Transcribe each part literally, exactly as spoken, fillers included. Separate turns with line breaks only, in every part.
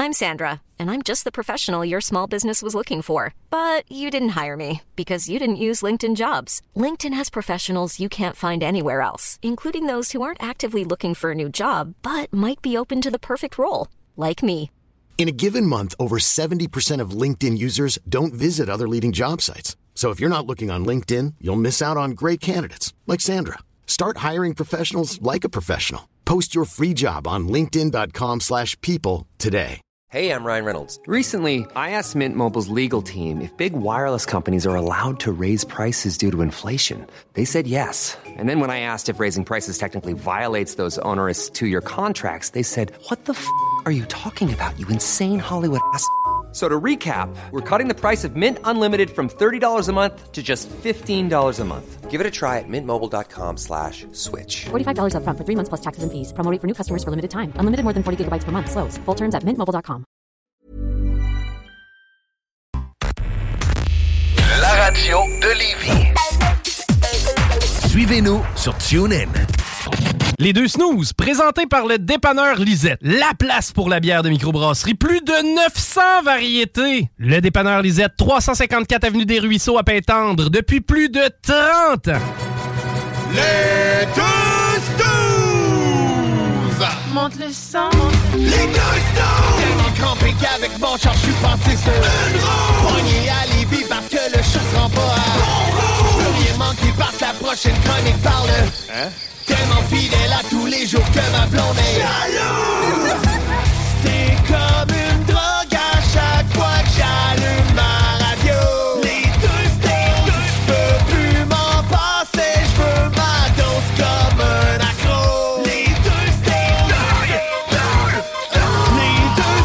I'm Sandra, and I'm just the professional your small business was looking for. But you didn't hire me because you didn't use LinkedIn Jobs. LinkedIn has professionals you can't find anywhere else, including those who aren't actively looking for a new job, but might be open to the perfect role, like me.
In a given month, over seventy percent of LinkedIn users don't visit other leading job sites. So if you're not looking on LinkedIn, you'll miss out on great candidates like Sandra. Start hiring professionals like a professional. Post your free job on linkedin.com slash people today.
Hey, I'm Ryan Reynolds. Recently, I asked Mint Mobile's legal team if big wireless companies are allowed to raise prices due to inflation. They said yes. And then when I asked if raising prices technically violates those onerous two-year contracts, they said, what the f*** are you talking about, you insane Hollywood ass f- So to recap, we're cutting the price of Mint Unlimited from thirty dollars a month to just fifteen dollars a month. Give it a try at mintmobile.com slash switch.
forty-five dollars up front for three months plus taxes and fees. Promo rate for new customers for limited time. Unlimited more than forty gigabytes per month. Slows full terms at mint mobile dot com.
La radio de Lévis. Suivez-nous sur TuneIn.
Les deux snooze, présentés par le dépanneur Lisette. La place pour la bière de microbrasserie. Plus de neuf cents variétés. Le dépanneur Lisette, trois cent cinquante-quatre avenue des Ruisseaux à Pintendre, depuis plus de trente ans.
Les deux snooze!
Monte le sang.
Les deux snooze! Tellement crampé qu'avec mon char, je suis passé sur une roue. Pogné à Lévis parce que le chat se rend pas à bon roue. Je veux rien manquer parce que la prochaine chronique parle. Hein? Tellement fidèle à tous les jours que ma blonde est jaloux. C'est comme une drogue à chaque fois que j'allume ma radio. Les deux snooze, je peux plus m'en passer, je veux ma dose comme un accro. Les deux snooze, les deux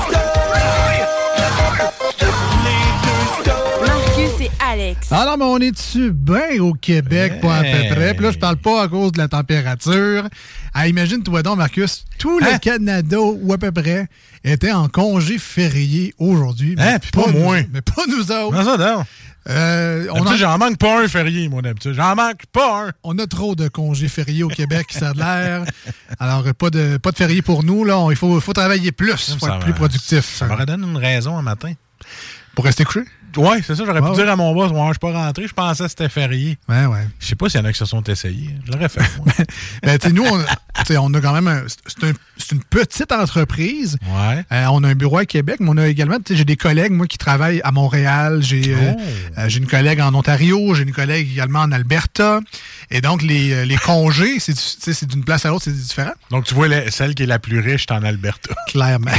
snooze, les deux snooze.
Marcus et Alex.
Ah non, mais on est-tu bien au Québec, hey. Pas à peu près? Puis là, je parle pas à cause de la température. Ah, imagine-toi donc, Marcus, tout hein? Le Canada, ou à peu près, était en congé férié aujourd'hui.
Hein, puis pas, pas moi.
Nous, mais pas nous autres.
Non, ça, non.
Euh, on
en... J'en manque pas un férié, moi, d'habitude. J'en manque pas un.
On a trop de congés fériés au Québec, ça a l'air. Alors, pas de, pas de férié pour nous. Là. Il faut, faut travailler plus, il faut être plus productif.
Ça m'aurait donné une raison un matin.
Pour rester couché?
Oui, c'est ça. J'aurais
ouais,
pu
ouais.
dire à mon boss, moi, je suis pas rentré. Je pensais que c'était férié.
Ouais, ouais.
Je sais pas s'il y en a qui se sont essayés. Je l'aurais fait.
ben, tu sais, nous, on, on a quand même. Un, c'est, un, c'est une petite entreprise.
Ouais.
Euh, on a un bureau à Québec, mais on a également. J'ai des collègues, moi, qui travaillent à Montréal. J'ai, oh. euh, j'ai une collègue en Ontario. J'ai une collègue également en Alberta. Et donc, les, les congés, c'est, c'est d'une place à l'autre, c'est différent.
Donc, tu vois, la, celle qui est la plus riche, c'est en Alberta.
Clairement.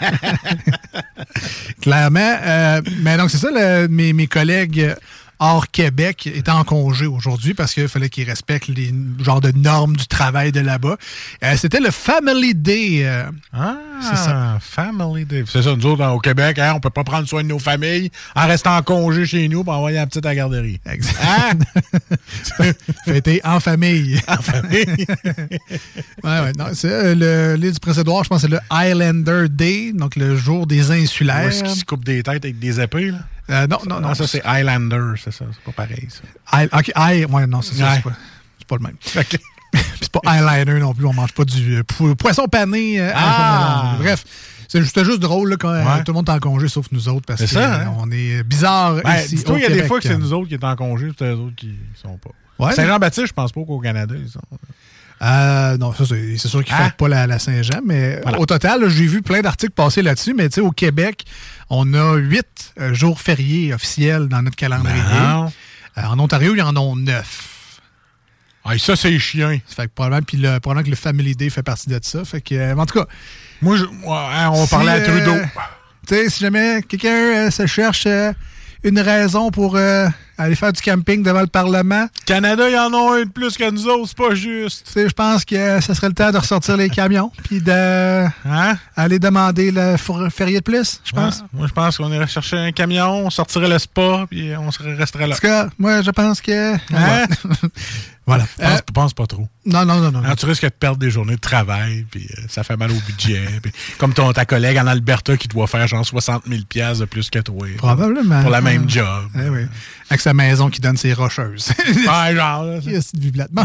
Clairement. Euh, mais donc, c'est ça, le, mes, mes collègues hors Québec étaient en congé aujourd'hui parce qu'il fallait qu'ils respectent les genres de normes du travail de là-bas. Euh, c'était le Family Day. Euh,
ah, c'est ça. Family Day. C'est ça, nous autres, au Québec, hein, on peut pas prendre soin de nos familles en restant en congé chez nous pour envoyer la petite à la garderie.
Exact. Hein? Fêter en famille.
En famille.
ouais, ouais, non, c'est euh, le l'île du Prince-Édouard, je pense que c'est le Highlander Day, donc le jour des insulaires. Où est-ce
qu'ils se coupent des têtes avec des épées, là?
Euh, non, non, non.
Non, ça, c'est Highlander, c'est ça. C'est pas pareil, ça.
I, OK, I, ouais, non, c'est ça. Ouais. C'est, pas, c'est pas le même.
Okay.
C'est pas eyeliner non plus. On mange pas du euh, po- poisson pané. Euh,
ah!
Bref, c'est, c'était juste drôle là, quand ouais. euh, tout le monde est en congé, sauf nous autres, parce
c'est
que
ça, hein?
on est bizarre
ben,
ici
dis-toi,
au
il y a
Québec.
des fois que c'est nous autres qui sont en congé, c'est eux autres qui sont pas. Ouais, Saint-Jean-Baptiste, je pense pas qu'au Canada, ils sont...
Euh, non, ça, c'est, c'est sûr qu'ils ne
ah.
fêtent pas la, la Saint-Jean, mais voilà. Au total, là, j'ai vu plein d'articles passer là-dessus, mais tu sais, au Québec, on a huit euh, jours fériés officiels dans notre calendrier. Euh, en Ontario, il y en a neuf.
Ah, ça, c'est chiant.
Ça fait que probablement, puis le, probablement que le Family Day fait partie de ça. Fait que, euh, en tout cas,
moi, je, ouais, on va
si,
parler à Trudeau.
Euh, tu sais, si jamais quelqu'un euh, se cherche euh, une raison pour euh, aller faire du camping devant le Parlement.
Canada, il y en a un de plus que nous autres, c'est pas juste.
Tu sais, je pense que euh, ça serait le temps de ressortir les camions puis de
hein? aller
demander le férié de plus, je pense.
Ouais, moi, je pense qu'on irait chercher un camion, on sortirait le spa puis on serait, resterait là.
En tout cas, moi, je pense que... Hein? Voilà.
Pense,
Euh,
pense pas trop.
Non, non, non, non.
Alors, tu risques de perdre des journées de travail, puis euh, ça fait mal au budget. Puis, comme ton, ta collègue en Alberta qui doit faire genre soixante mille dollars de plus que toi.
Probablement.
Pour la même job.
Eh oui. Avec sa maison qui donne ses rocheuses.
Ouais, genre. Là,
Qui est vie plate.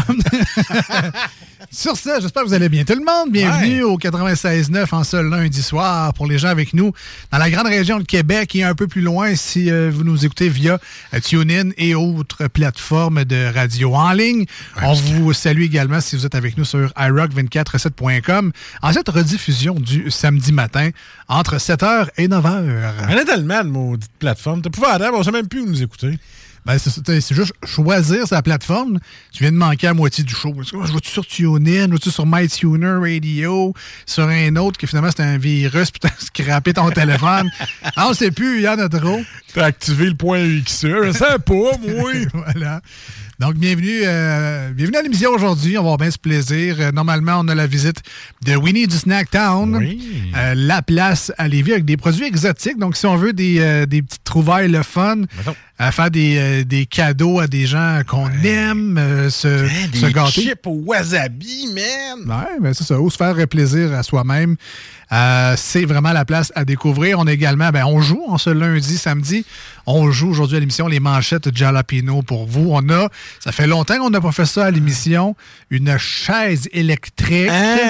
Sur ça, j'espère que vous allez bien. Tout le monde, bienvenue
ouais.
au quatre-vingt-seize neuf en ce lundi soir pour les gens avec nous dans la grande région de Québec et un peu plus loin si euh, vous nous écoutez via euh, TuneIn et autres plateformes de radio en ligne. Ouais, On vous salue également si vous êtes avec nous sur i rock deux quatre sept point com en cette rediffusion du samedi matin entre sept heures et neuf heures.
On est tellement de maudites plateformes. T'as pouvoir attendre, on sait même plus où nous écouter.
Ben, c'est, c'est juste choisir sa plateforme. Tu viens de manquer à moitié du show. Je vais-tu sur TuneIn, je vais-tu sur MyTuner Radio, sur un autre qui finalement c'est un virus, puis t'as scrappé ton téléphone. Ah, on sait plus, il y en a trop.
T'as activé le point X E, je sais pas, moi.
Voilà. Donc, bienvenue, euh, bienvenue à l'émission aujourd'hui. On va avoir bien ce plaisir. Euh, normalement, on a la visite de Winnie du Snack Town.
Oui.
Euh, la place à Lévis avec des produits exotiques. Donc, si on veut des, euh, des petites trouvailles, le fun, à faire des, euh, des cadeaux à des gens qu'on ouais. aime, euh, se,
hein,
se
des
gâter.
Des chips au wasabi, man!
Ouais, mais c'est ça. Ou se faire plaisir à soi-même. Euh, c'est vraiment la place à découvrir. On a également, ben, on joue en ce lundi, samedi. On joue aujourd'hui à l'émission les manchettes Jalapeno pour vous. On a, ça fait longtemps qu'on n'a pas fait ça à l'émission, une chaise électrique.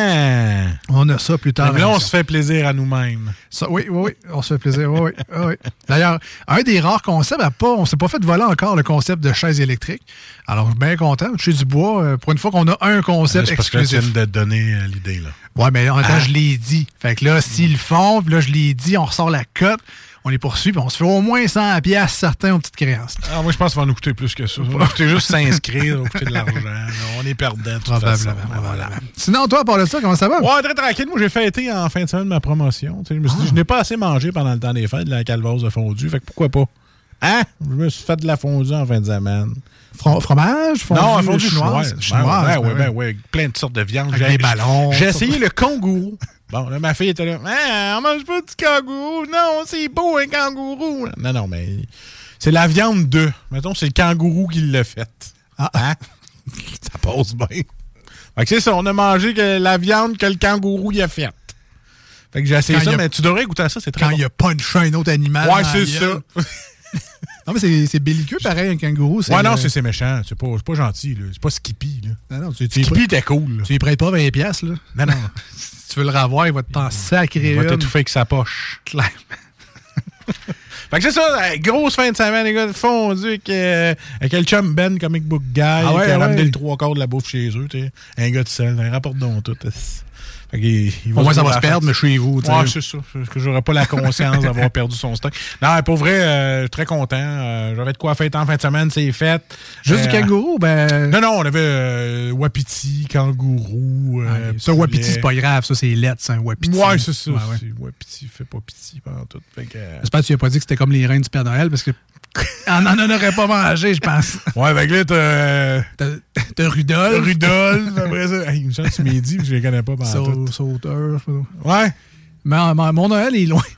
Ah.
On a ça plus tard.
Là, on se fait plaisir à nous-mêmes.
Ça, oui, oui, oui, on se fait plaisir. Oui, oui, oui. D'ailleurs, un des rares concepts, à pas, on ne s'est pas fait voler encore le concept de chaise électrique. Alors, je suis bien content. Chez Dubois, pour une fois qu'on a un concept
c'est parce
exclusif.
Que tu viens de donner euh, l'idée, là.
Ouais, mais en même temps,
ah.
je l'ai dit. Fait que là, s'ils le font, puis là, je l'ai dit, on ressort la cote, on les poursuit, puis on se fait au moins cent piastres certains aux petites créances.
Ah, moi, je pense que ça va nous coûter plus que ça. Ça va nous coûter juste s'inscrire, ça va coûter de l'argent. Là, on est perdant, de toute façon. Voilà.
Sinon, toi, à part de ça, comment ça va?
Ouais, très tranquille. Moi, j'ai fêté en fin de semaine ma promotion. T'sais, je me suis ah. dit, je n'ai pas assez mangé pendant le temps des fêtes de la calvasse de fondue, fait que pourquoi pas? Hein? Je me suis fait de la fondue en fin de semaine.
Fro- fromage? Fondue
non, fondue
chinoise.
chinoise.
Chinoise,
ouais, ouais, ouais, ouais, plein de sortes de viandes.
Avec des ballons.
J'ai essayé le kangourou. Bon, là, ma fille était là. Ah, on mange pas du kangourou. Non, c'est beau, un kangourou. Non, non, mais c'est la viande de. Mettons, c'est le kangourou qui l'a fait. Ah, hein? Ça passe bien. Fait que c'est ça, on a mangé que la viande que le kangourou y a faite. Fait que j'ai essayé quand ça, a... mais tu devrais goûter à ça, c'est très
quand
bon.
Quand il a punché un autre animal.
Ouais, c'est ça.
Non, mais c'est, c'est belliqueux, pareil, un kangourou.
C'est ouais, non, c'est, c'est méchant. C'est pas, c'est pas gentil, là. C'est pas Skippy, là.
Non, non, tu,
tu Skippy était cool, là.
Tu lui prêtes pas vingt piastres, là.
Non, non.
Si tu veux le revoir, il va te t'en sacrer.
Il va t'étouffer avec sa poche.
Clairement.
Fait que c'est ça, grosse fin de semaine, les gars, fondu avec, euh, avec le chum Ben, comic book guy, ah ouais, qui a ouais. ramené le trois quarts de la bouffe chez eux, tu sais. Un gars de seul, un rapporte donc tout. Fait qu'il, il va
Au moins, ça va se perdre, mais chez vous.
Ouais, c'est ça. Parce que j'aurais pas la conscience d'avoir perdu son stock. Non, pour vrai, euh, très content. Euh, j'avais de quoi fêter en fin de semaine, c'est fait.
Juste
euh,
du kangourou, ben.
Non, non, on avait euh, wapiti, kangourou. Euh,
ça, wapiti, c'est pas grave. Ça, c'est lettre, c'est un wapiti.
Ouais, c'est ça.
Ouais, ouais.
C'est wapiti, fait pas pitié pendant tout. Fait que, euh...
J'espère que tu n'as pas dit que c'était comme les reines du Père Noël, parce que. On n'en aurait pas mangé, je pense.
Ouais, avec là, t'as.
T'as, t'as Rudolph.
Rudolph, après ça. Hey, une chance, tu m'as dit, je les connais pas pendant
Sa-
tout.
Sauteur, je sais pas.
Ouais.
Mais, mais mon Noël est loin.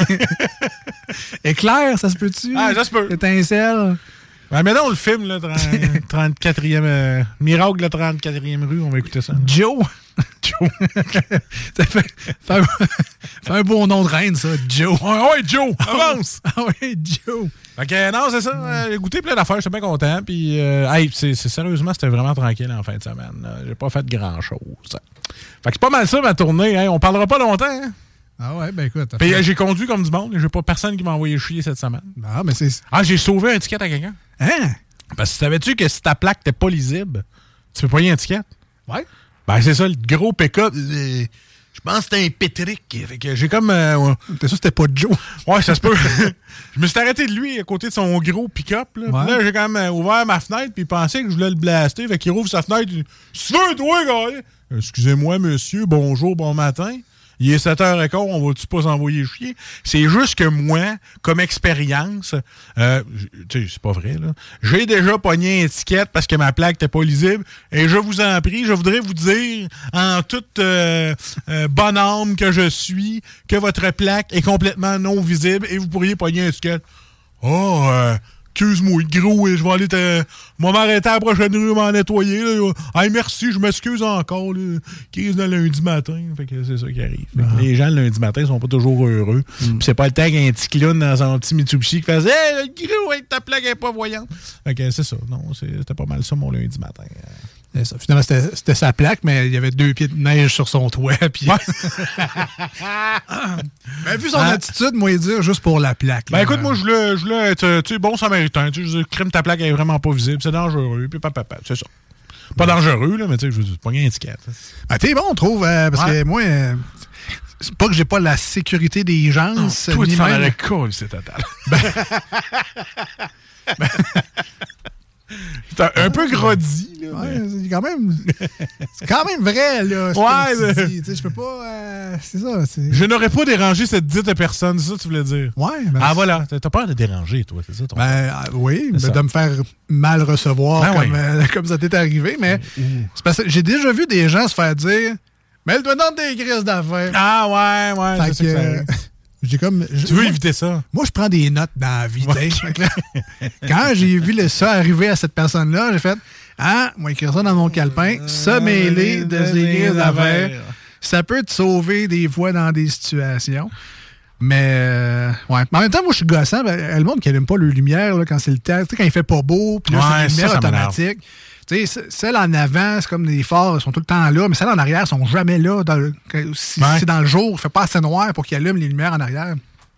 Éclair, ça se peut-tu?
Ah, ça se peut.
Étincelle.
Ben, mettons le film, là, trente-quatrième. Euh, Miracle de la trente-quatrième rue, on va écouter ça.
Joe. Joe. Ça fait, fait, un, fait un beau nom de reine, ça. Joe.
Ouais, ouais, Joe, avance.
Ah ouais, Joe.
Fait que, non, c'est ça. Euh, j'ai goûté plein d'affaires, j'étais bien content. Puis, euh, hey, c'est, c'est, sérieusement, c'était vraiment tranquille en fin de semaine. Là. J'ai pas fait grand-chose. Fait que c'est pas mal ça, ma tournée. Hein. On parlera pas longtemps. Hein.
Ah ouais, ben écoute.
Puis, euh, j'ai conduit comme du monde. J'ai pas personne qui m'a envoyé chier cette semaine.
Ah, mais c'est...
Ah, j'ai sauvé un ticket à quelqu'un.
Hein?
Parce que savais-tu que si ta plaque n'était pas lisible, tu peux pas y un ticket?
Ouais.
Ben, c'est ça, le gros pick-up. Euh, je pense que c'était un Pétric. Fait que j'ai comme. Euh, ouais.
T'es sûr que c'était pas Joe?
Ouais, ça se peut. Je me suis arrêté de lui à côté de son gros pick-up. Là, ouais. Là j'ai quand même ouvert ma fenêtre, puis il pensait que je voulais le blaster. Fait qu'il rouvre sa fenêtre. Il dit, si tu veux, toi, gars. Excusez-moi, monsieur, bonjour, bon matin. Il est sept heures quinze, on va-tu pas s'envoyer chier? C'est juste que moi, comme expérience, euh, tu sais, c'est pas vrai, là. J'ai déjà pogné une étiquette parce que ma plaque n'était pas lisible. Et je vous en prie, je voudrais vous dire, en toute euh, euh, bonne âme que je suis, que votre plaque est complètement non visible et vous pourriez pogner une étiquette. Oh, euh, excuse-moi, gros, je vais aller te... Moi, m'arrêter à la prochaine rue, m'en nettoyer. Là. Hey, merci, je m'excuse encore. Là. Crise de lundi matin. Fait que c'est ça qui arrive. Ah. Les gens, le lundi matin, ils sont pas toujours heureux. Mm. Puis c'est pas le temps qu'un petit clown dans son petit Mitsubishi qui fait « Hey, le gros, hey, ta plaque est pas voyante. » Fait que c'est ça. Non, c'était pas mal ça, mon lundi matin.
C'est ça. Finalement, c'était, c'était sa plaque, mais il y avait deux pieds de neige sur son toit. Puis... Ouais. ben, vu son hein? attitude, moi, il dire juste pour la plaque.
Ben, là, écoute, moi, je voulais, je voulais être, tu sais, bon samaritain. Tu sais, crime, ta plaque, elle est vraiment pas visible. C'est dangereux. Puis, papa, c'est ça. Pas ben. dangereux, là, mais tu sais, je veux dire, c'est pas une étiquette.
Ben, t'es bon, on trouve, euh, parce ouais. que moi, euh, c'est pas que j'ai pas la sécurité des gens.
Non, toi, tu t'en aurais cool, c'est total. Ben... ben... C'est un, un peu grodi, là.
Ouais, mais... c'est quand même. C'est quand même vrai, là.
Ouais,
mais... Tu sais, je peux pas. Euh, c'est ça. C'est...
Je n'aurais pas dérangé cette dite personne, c'est ça que tu voulais dire?
Ouais. Ben,
ah, c'est... voilà. T'as peur de déranger, toi, c'est ça ton
Ben, euh, oui, mais de me faire mal recevoir ben, comme, oui. euh, comme ça t'est arrivé, mais mmh. c'est parce que j'ai déjà vu des gens se faire dire mets-le-toi dans des grises d'affaires.
Ah, ouais, ouais.
Fait que, euh, j'ai comme,
tu veux moi, éviter ça?
Moi, je prends des notes dans la vie.
Ouais.
Là, quand j'ai vu le, ça arriver à cette personne-là, j'ai fait ah, moi, écrire ça dans mon calepin, se mêler de ces grises d'affaires, ça peut te sauver des fois dans des situations. Mais, euh, ouais. Mais en même temps, moi, je suis gossant. Ben, le monde qui n'aime pas le lumière là, quand c'est le temps, tu sais, quand il fait pas beau, puis là, ouais, c'est une lumière automatique. Tu sais, celles en avant, c'est comme des phares, elles sont tout le temps là, mais celles en arrière sont jamais là. Dans le, si ouais. c'est dans le jour, il fait pas assez noir pour qu'ils allument les lumières en arrière.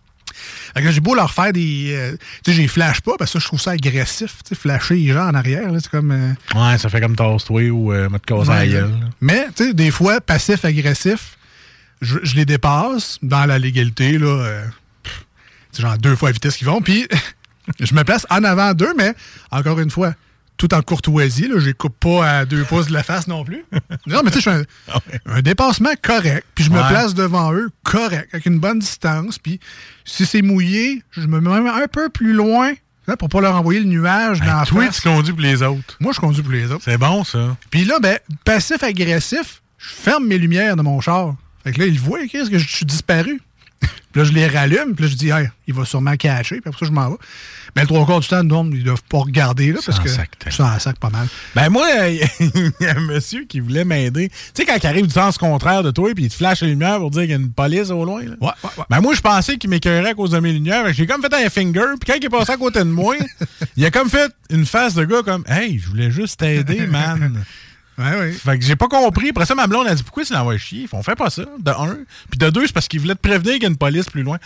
Fait que j'ai beau leur faire des... Euh, tu sais, je les flash pas, parce que ça, je trouve ça agressif. Tu sais, flasher les gens en arrière, là, c'est comme... Euh,
ouais, ça fait comme tosse-toi ou euh, mettre casser à la gueule.
Mais, tu sais, des fois, passif-agressif, je, je les dépasse dans la légalité, là. Euh, c'est genre deux fois la vitesse qu'ils vont, puis je me place en avant d'eux, mais, encore une fois, tout en courtoisie, là, je les coupe pas à deux pouces de la face non plus. Non, mais tu sais, je fais un, okay. un dépassement correct, puis je me ouais. place devant eux correct, avec une bonne distance, puis si c'est mouillé, je me mets un peu plus loin là, pour pas leur envoyer le nuage hey, dans la
toi,
face.
Tu conduis pour les autres.
Moi, je conduis pour les autres.
C'est bon, ça.
Puis là, ben, passif-agressif, je ferme mes lumières de mon char. Fait que là, ils voient qu'est-ce que je suis disparu. Puis là, je les rallume, puis là, je dis, hey, il va sûrement cacher, puis après ça, je m'en vais. Mais le trois quarts du temps, non, ils doivent pas regarder, là, parce que je suis en sac pas mal.
Ben, moi, il y a un monsieur qui voulait m'aider. Tu sais, quand il arrive du sens contraire de toi, puis il te flash les lumières pour dire qu'il y a une police au loin, là.
Ouais, ouais, ouais.
Ben, moi, je pensais qu'il m'écœurait à cause de mes lumières. J'ai comme fait un finger, puis quand il est passé à côté de moi, il a comme fait une face de gars comme, hey, je voulais juste t'aider, man.
Ouais, ouais.
Fait que j'ai pas compris. Après ça, ma blonde a dit pourquoi tu l'envoies chier? On fait pas ça, de un. Puis de deux, c'est parce qu'il voulait te prévenir qu'il y a une police plus loin.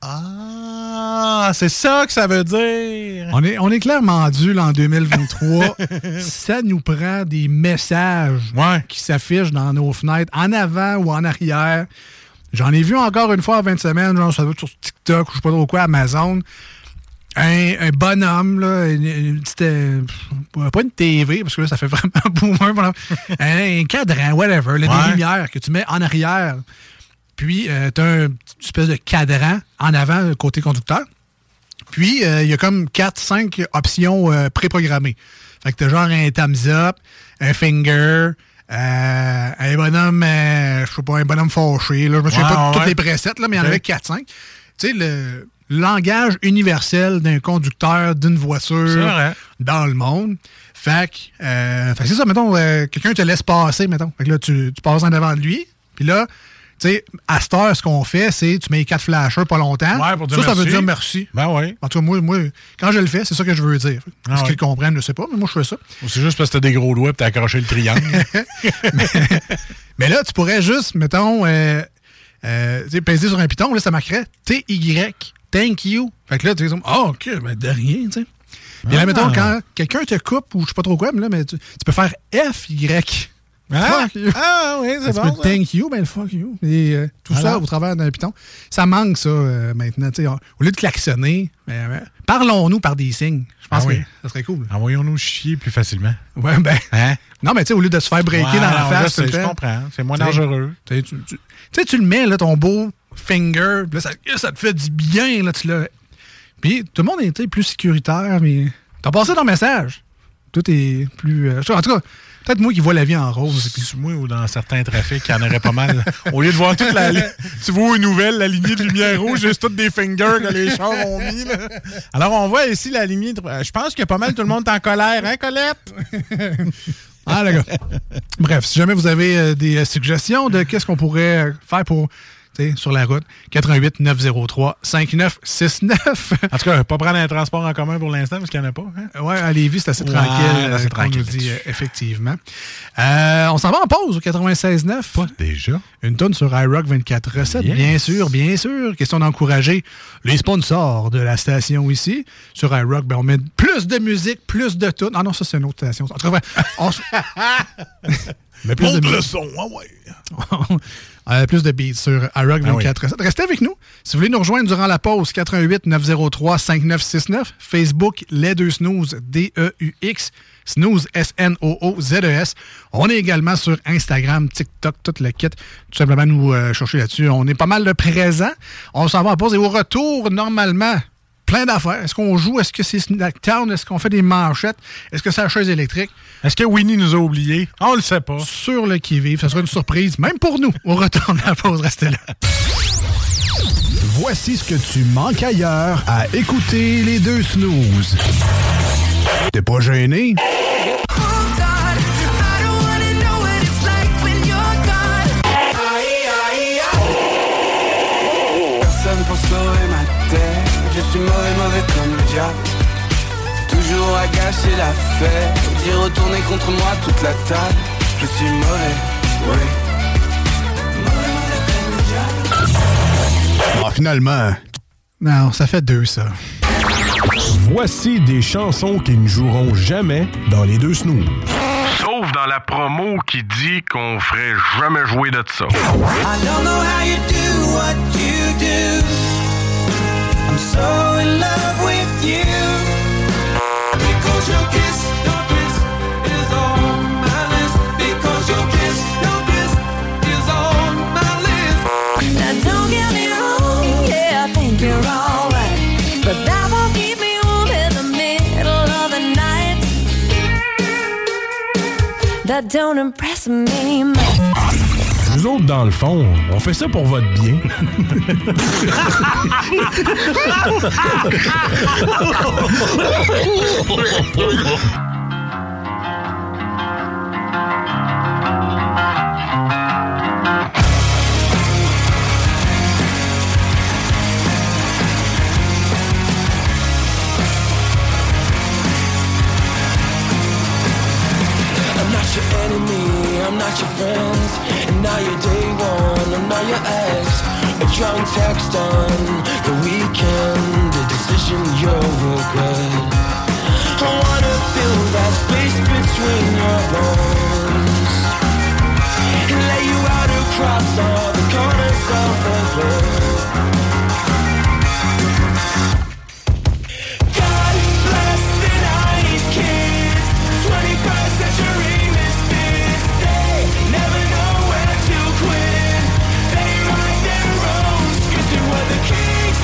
Ah, c'est ça que ça veut dire.
On est, on est clairement dû là, en deux mille vingt-trois. Ça nous prend des messages
ouais.
qui s'affichent dans nos fenêtres, en avant ou en arrière. J'en ai vu encore une fois en vingt semaines, genre ça doit être sur TikTok ou je sais pas trop quoi, Amazon. Un, un bonhomme, là, une, une petite... Euh, pas une T V, parce que là, ça fait vraiment boomer. un, un cadran, whatever, là, ouais. des lumières que tu mets en arrière. Puis, euh, tu as une espèce de cadran en avant, côté conducteur. Puis, il euh, y a comme quatre cinq options euh, préprogrammées. Fait que tu as genre un thumbs up, un finger... Euh, un bonhomme, euh, je sais pas, un bonhomme fâché. Là. Je me souviens ouais, pas de ouais. toutes les presets, là, mais il y en avait quatre cinq. Tu sais, le... langage universel d'un conducteur d'une voiture dans le monde. Fait que, euh, fait que c'est ça, mettons, euh, quelqu'un te laisse passer, mettons. Fait que là, tu, tu passes en avant de lui. Puis là, tu sais, à cette heure, ce qu'on fait, c'est tu mets quatre flashers pas longtemps.
Ouais, pour dire
ça,
merci.
Ça veut dire merci.
Ben oui.
En tout cas, moi, moi, quand je le fais, c'est ça que je veux dire.
Ah
Est-ce
ouais.
qu'ils comprennent, je sais pas, mais moi, je fais ça.
Ou c'est juste parce que t'as des gros doigts et t'as accroché le triangle.
mais, mais là, tu pourrais juste, mettons, euh, euh, tu sais, peser sur un piton, là, ça marquerait T Y. Thank you. Fait que là, tu es comme, oh, OK, ben de rien, tu sais. Puis là, mettons, quand quelqu'un te coupe, ou je sais pas trop quoi, mais là, mais tu, tu peux faire F Y.
Ah, fuck you. Ah oui, c'est bon.
Tu peux thank you, ben le fuck you. Et euh, tout Alors? ça au travers d'un piton. Ça manque, ça, euh, maintenant. Tu sais, au lieu de klaxonner, ben, ben, parlons-nous par des signes. Je pense ah oui. que ça serait cool.
Envoyons-nous chier plus facilement.
Ouais, ben. Hein? Non, mais tu sais, au lieu de se faire breaker ouais, dans la face.
Je, je comprends. C'est moins dangereux.
Tu sais, tu, tu le mets, là, ton beau finger, là, ça, ça te fait du bien, là, tu l'as. Puis tout le monde est plus sécuritaire, mais t'as passé ton message. Tout est plus... Euh, en tout cas, Peut-être moi qui vois la vie en rose.
Puis moi, ou dans certains trafics, il y en aurait pas mal. Au lieu de voir toute la... Tu vois une nouvelle, la lignée de lumière rouge, juste toutes des fingers que les chars ont mis. Là. Alors, on voit ici la lignée... De... Je pense que pas mal tout le monde est en colère. Hein, Colette?
Ah, d'accord. Bref, si jamais vous avez euh, des euh, suggestions de qu'est-ce qu'on pourrait euh, faire pour... sur la route, quatre un huit neuf zéro trois cinq neuf six neuf.
En tout cas, pas prendre un transport en commun pour l'instant, parce qu'il n'y en a pas. Hein?
Oui, à Lévis, c'est assez
ouais,
tranquille,
assez
euh,
tranquille
on nous dit, euh, effectivement. Euh, on s'en va en pause au quatre-vingt-seize neuf.
Pas déjà.
Une tonne sur iRock vingt-quatre recettes, yes. bien sûr, bien sûr. Question d'encourager les sponsors de la station ici. Sur iRock, ben, on met plus de musique, plus de tunes. Ah non, ça, c'est une autre station. En tout cas, on...
Mais plus Monte de le son, ah ouais.
Euh, plus de beats sur iRock vingt-quatre. Ah oui. Restez avec nous. Si vous voulez nous rejoindre durant la pause, quatre un huit neuf zéro trois cinq neuf six neuf. Facebook, les deux snooze, D E U X. Snooze, S N O O Z E S. On est également sur Instagram, TikTok, toute la kit. Tout simplement nous euh, chercher là-dessus. On est pas mal de présents. On s'en va en pause et au retour, normalement, plein d'affaires. Est-ce qu'on joue? Est-ce que c'est Snacktown? Est-ce qu'on fait des manchettes? Est-ce que c'est la chaise électrique?
Est-ce que Winnie nous a oubliés? On le sait pas.
Sur le qui-vive. Ça sera une surprise, même pour nous. On retourne à la pause. Restez là.
Voici ce que tu manques ailleurs à écouter les deux snooze. T'es pas gêné?
Personne pour sauver ma tête. Je suis mauvais, mauvais comme le diable. Toujours à gâcher la fête. D'y retourner contre moi toute la table. Je suis mauvais, oui. Mauvais, mauvais comme le diable.
Ah, finalement.
Non, ça fait deux, ça.
Voici des chansons qui ne joueront jamais dans les deux snooze.
Sauf dans la promo qui dit qu'on ferait jamais jouer de ça.
I don't know how you do what you do. I'm so in love with you. Because your kiss, your kiss is on my list. Because your kiss, your kiss is on my list.
Now don't get me wrong, yeah, I think you're alright. But that won't keep me warm in the middle of the night. That don't impress me much.
Nous autres, dans le fond, on fait ça pour votre bien.
I'm not your friend, and now you're day one, I'm not your ex. A drunk text on the weekend, a decision you'll regret. I wanna feel that space between your bones and lay you out across all the corners of the globe. God bless the nineties kids, twenty-first century. Never know where to quit. They write their own scripts and we're the kings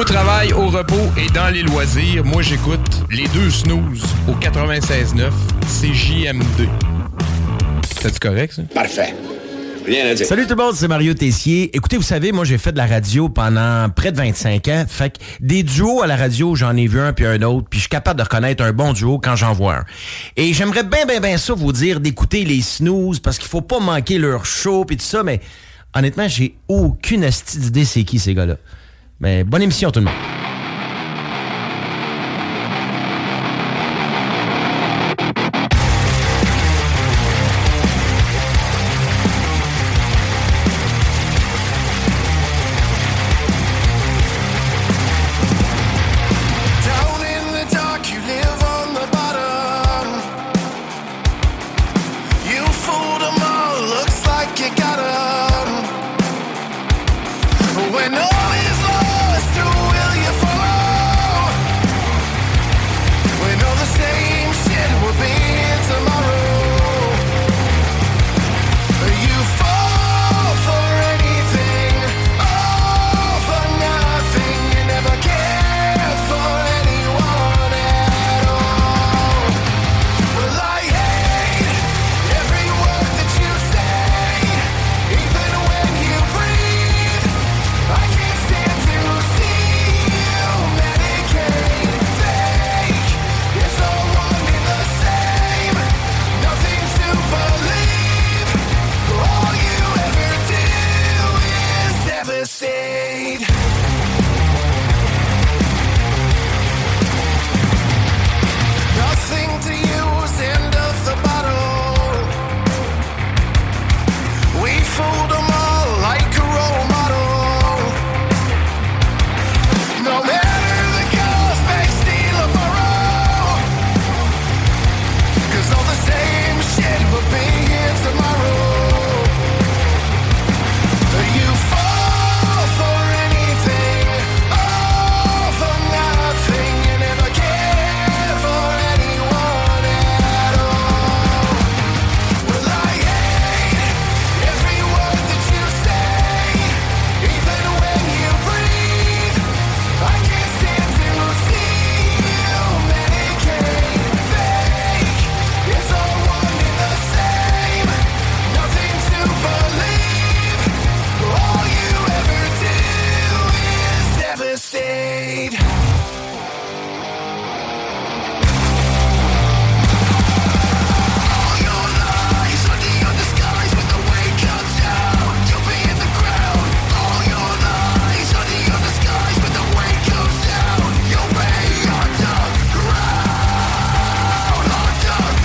Au travail, au repos et dans les loisirs, moi j'écoute les deux snooze au quatre-vingt-seize neuf C J M D. C'est correct, ça?
Parfait. Rien à dire.
Salut tout le monde, c'est Mario Tessier. Écoutez, vous savez, moi j'ai fait de la radio pendant près de vingt-cinq ans. Fait que des duos à la radio, j'en ai vu un puis un autre, puis je suis capable de reconnaître un bon duo quand j'en vois un. Et j'aimerais bien, bien, bien ça vous dire d'écouter les snooze parce qu'il faut pas manquer leur show puis tout ça, mais honnêtement, j'ai aucune astuce d'idée c'est qui ces gars-là. Mais bonne émission tout le monde.
When all is lost, who will you follow? When all the same shit will be here tomorrow. You fall for anything, all for nothing. You never care for anyone at all. Well, I hate every word that you say, even when you breathe. I can't stand to see you medicate, fake. It's all one and the same, nothing to believe. All you ever do is devastate. Nothing to use, end of the bottle. We fooled them all like a role model. No matter the cost, they steal or borrow. 'Cause all the same shit will be here tomorrow. You fall for anything, all for nothing. You never care for anyone at all. Well, I hate every word that you say, even when you breathe. I can't stand to see you medicate, fake. It's all one and the same, nothing to believe. All you ever do is devastate. All your lies under your disguise when the weight comes down, you'll be in the ground. All your lies under your disguise when the weight comes down, you'll be underground, underground,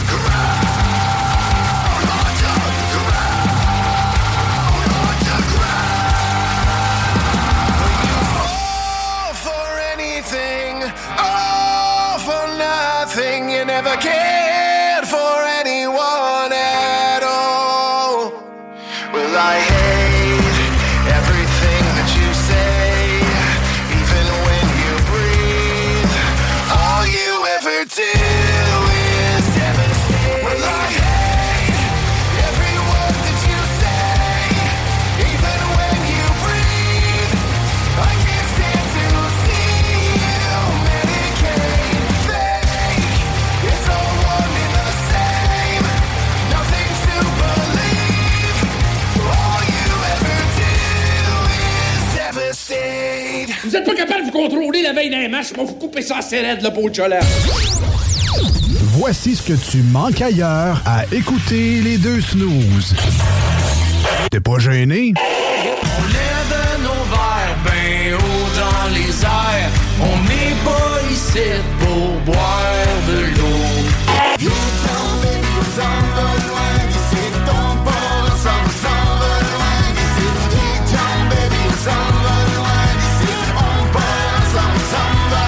underground. All for anything, all for nothing. You never cared for anyone at all. Well, I hate everything that you say, even when you breathe. All you ever do is devastate. Well, I hate every word that you say, even when you breathe. I can't stand to see you medicate, fake. It's all one and the same, nothing to believe. All you ever do is devastate.
Vous êtes pas capable de vous contrôler la veille d'un match, moi vous coupez ça assez raide, le beau chola.
Voici ce que tu manques ailleurs à écouter les deux snooze. T'es pas gêné?
On lève nos verres ben haut dans les airs. On n'est pas ici pour boire de l'eau. Viens tomber, on s'en va loin d'ici. Tombe pas, on s'en va, s'en va loin d'ici. Viens tomber, on s'en va loin d'ici. On part, on s'en va, s'en va.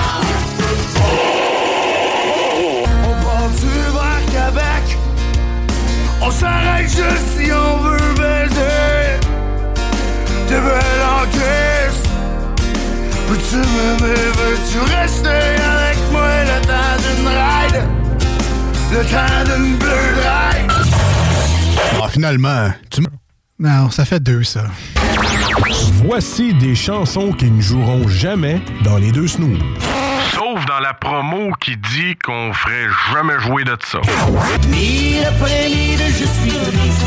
On part du vers Québec. On s'arrête juste si on veut baiser. T'es belle en crise. Peux-tu m'aimer, veux-tu rester avec moi le temps d'une ride? Le temps d'une bleue ride?
Ah, finalement, tu m-
Non, ça fait deux, ça.
Voici des chansons qui ne joueront jamais dans les deux snooze.
Sauf dans la promo qui dit qu'on ferait jamais jouer de ça.
Mille après mille, je suis triste.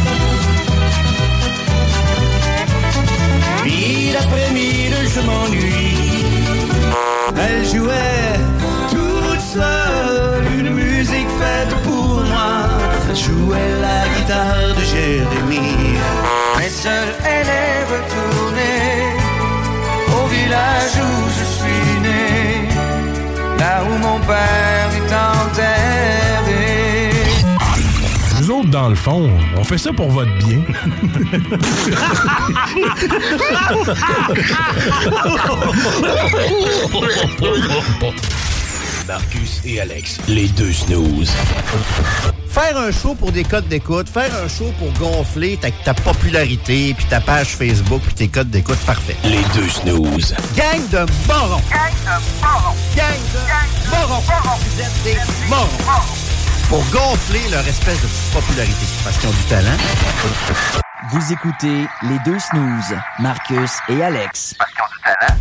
Mille après mille, je m'ennuie. Elle jouait toute seule une musique faite pour moi. Elle jouait la guitare de Jérémie. Mais seule elle est retournée au village où je suis né, là où mon père est enterré.
Nous autres, dans le fond, on fait ça pour votre bien.
Marcus et Alex, les deux snooze.
Faire un show pour des codes d'écoute, faire un show pour gonfler ta, ta popularité, puis ta page Facebook, puis tes codes d'écoute, parfait.
Les deux snooze.
Gang de morons. Gang de morons. Gang de morons. Vous êtes des morons. Pour gonfler leur espèce de petite popularité, parce qu'ils ont du talent.
Vous écoutez les deux snooze, Marcus et Alex.
Parce qu'ils ont du talent.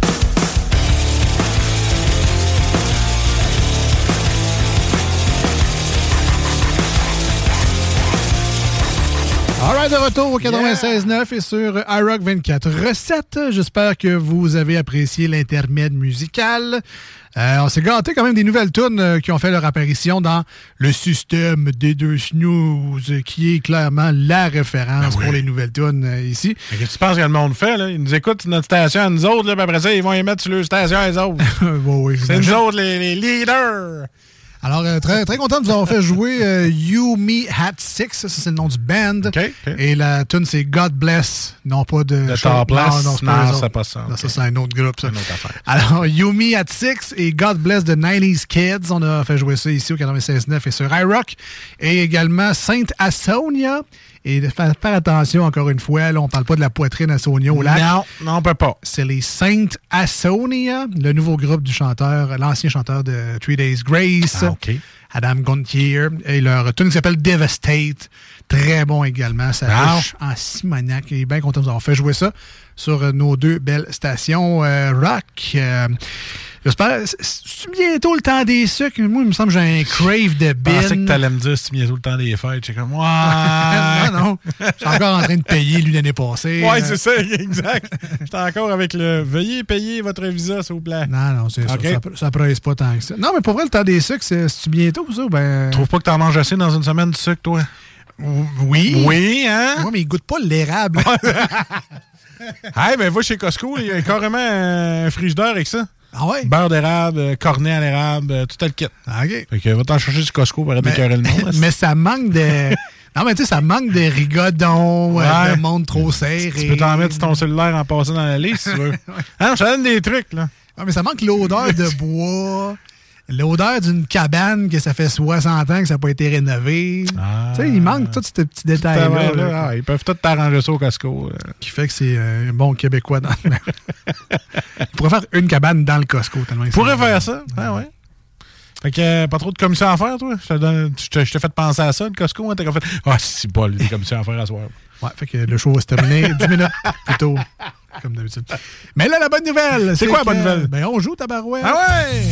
All right, de retour au quatre-vingt-seize neuf et sur iRock vingt-quatre recettes. J'espère que vous avez apprécié l'intermède musical. Euh, on s'est gâté quand même des nouvelles tunes euh, qui ont fait leur apparition dans le système des deux snooze, qui est clairement la référence ben oui. pour les nouvelles tunes euh, ici.
Qu'est-ce que tu penses que le monde fait, là? Ils nous écoutent sur notre station à nous autres, là, puis après ça, ils vont y mettre sur leur station à eux autres.
bon, oui,
c'est nous autres, les, les leaders!
Alors, euh, très, très content de vous avoir fait jouer euh, You Me Hat Six, ça c'est le nom du band.
Okay, okay.
Et la tune c'est God Bless, non pas de...
Le Topless?
Non, non, c'est pas,
non, c'est pas ça.
Non,
okay.
ça c'est un autre groupe, ça.
Un autre affaire.
Alors, You Me At Six et God Bless de nineties Kids, on a fait jouer ça ici au quatre-vingt-seize neuf et sur iRock. Et également Saint Asonia. Et de faire, faire attention, encore une fois, là, on parle pas de la poitrine à Sonia au lac.
Non, non, on peut pas.
C'est les Saint Asonia, le nouveau groupe du chanteur, l'ancien chanteur de Three Days Grace.
Ah, OK.
Adam Gontier. Et leur tune qui s'appelle Devastate. Très bon également. Ça
ah.
touche en simoniaque. Et bien content de vous avoir fait jouer ça sur nos deux belles stations euh, rock. Euh, J'espère. C'est bientôt le temps des sucres. Moi, il me semble que j'ai un crave de bin.
Je pensais que t'allais me dire c'est bientôt le temps des fêtes. J'étais comme, ouais.
non, non. Je suis encore en train de payer lui l'année passée.
Ouais, c'est ça, exact. J'étais encore avec le veuillez payer votre visa, s'il vous plaît.
Non, non, c'est okay. ça. Ça, ça presse pas tant que ça. Non, mais pour vrai, le temps des sucres, c'est bientôt ça? Ben...
Tu trouves pas que t'en manges assez dans une semaine du sucre, toi?
Oui.
Oui, hein?
Oui, mais il goûte pas l'érable.
Hey, ben va chez Costco, il y a carrément un frigidaire avec ça.
Ah ouais?
Beurre d'érable, cornet à l'érable, tout le kit.
Ah, OK.
Fait que va t'en chercher du Costco pour arrêter d'écœurer le nom.
Mais ça manque de... Non, mais tu sais, ça manque de rigodons, ouais. euh, de monde trop serré.
Tu peux t'en mettre sur ton cellulaire en passant dans la liste, si tu veux. Ah non, je te donne des trucs, là.
Ah, mais ça manque l'odeur de bois, l'odeur d'une cabane que ça fait soixante ans que ça n'a pas été rénové. Ah. Tu sais, il manque tous ces petits détails-là.
Là. Ah, ils peuvent tout t'arranger ça au Costco. Là.
Qui fait que c'est euh, un bon Québécois. Dans le... Il pourrait faire une cabane dans le Costco. Tellement
il pourrait faire ça. Ah ouais. Fait que euh, pas trop de commissions à faire, toi? Je te donne, je t'ai fait penser à ça, le Costco. Hein, t'as fait, ah, c'est pas les commissions à faire à soir.
Ouais, fait que le show va se terminer dix minutes plus tôt, comme d'habitude. Mais là, la bonne nouvelle!
C'est quoi la bonne nouvelle?
Ben, on joue, tabarouette.
Ah ouais!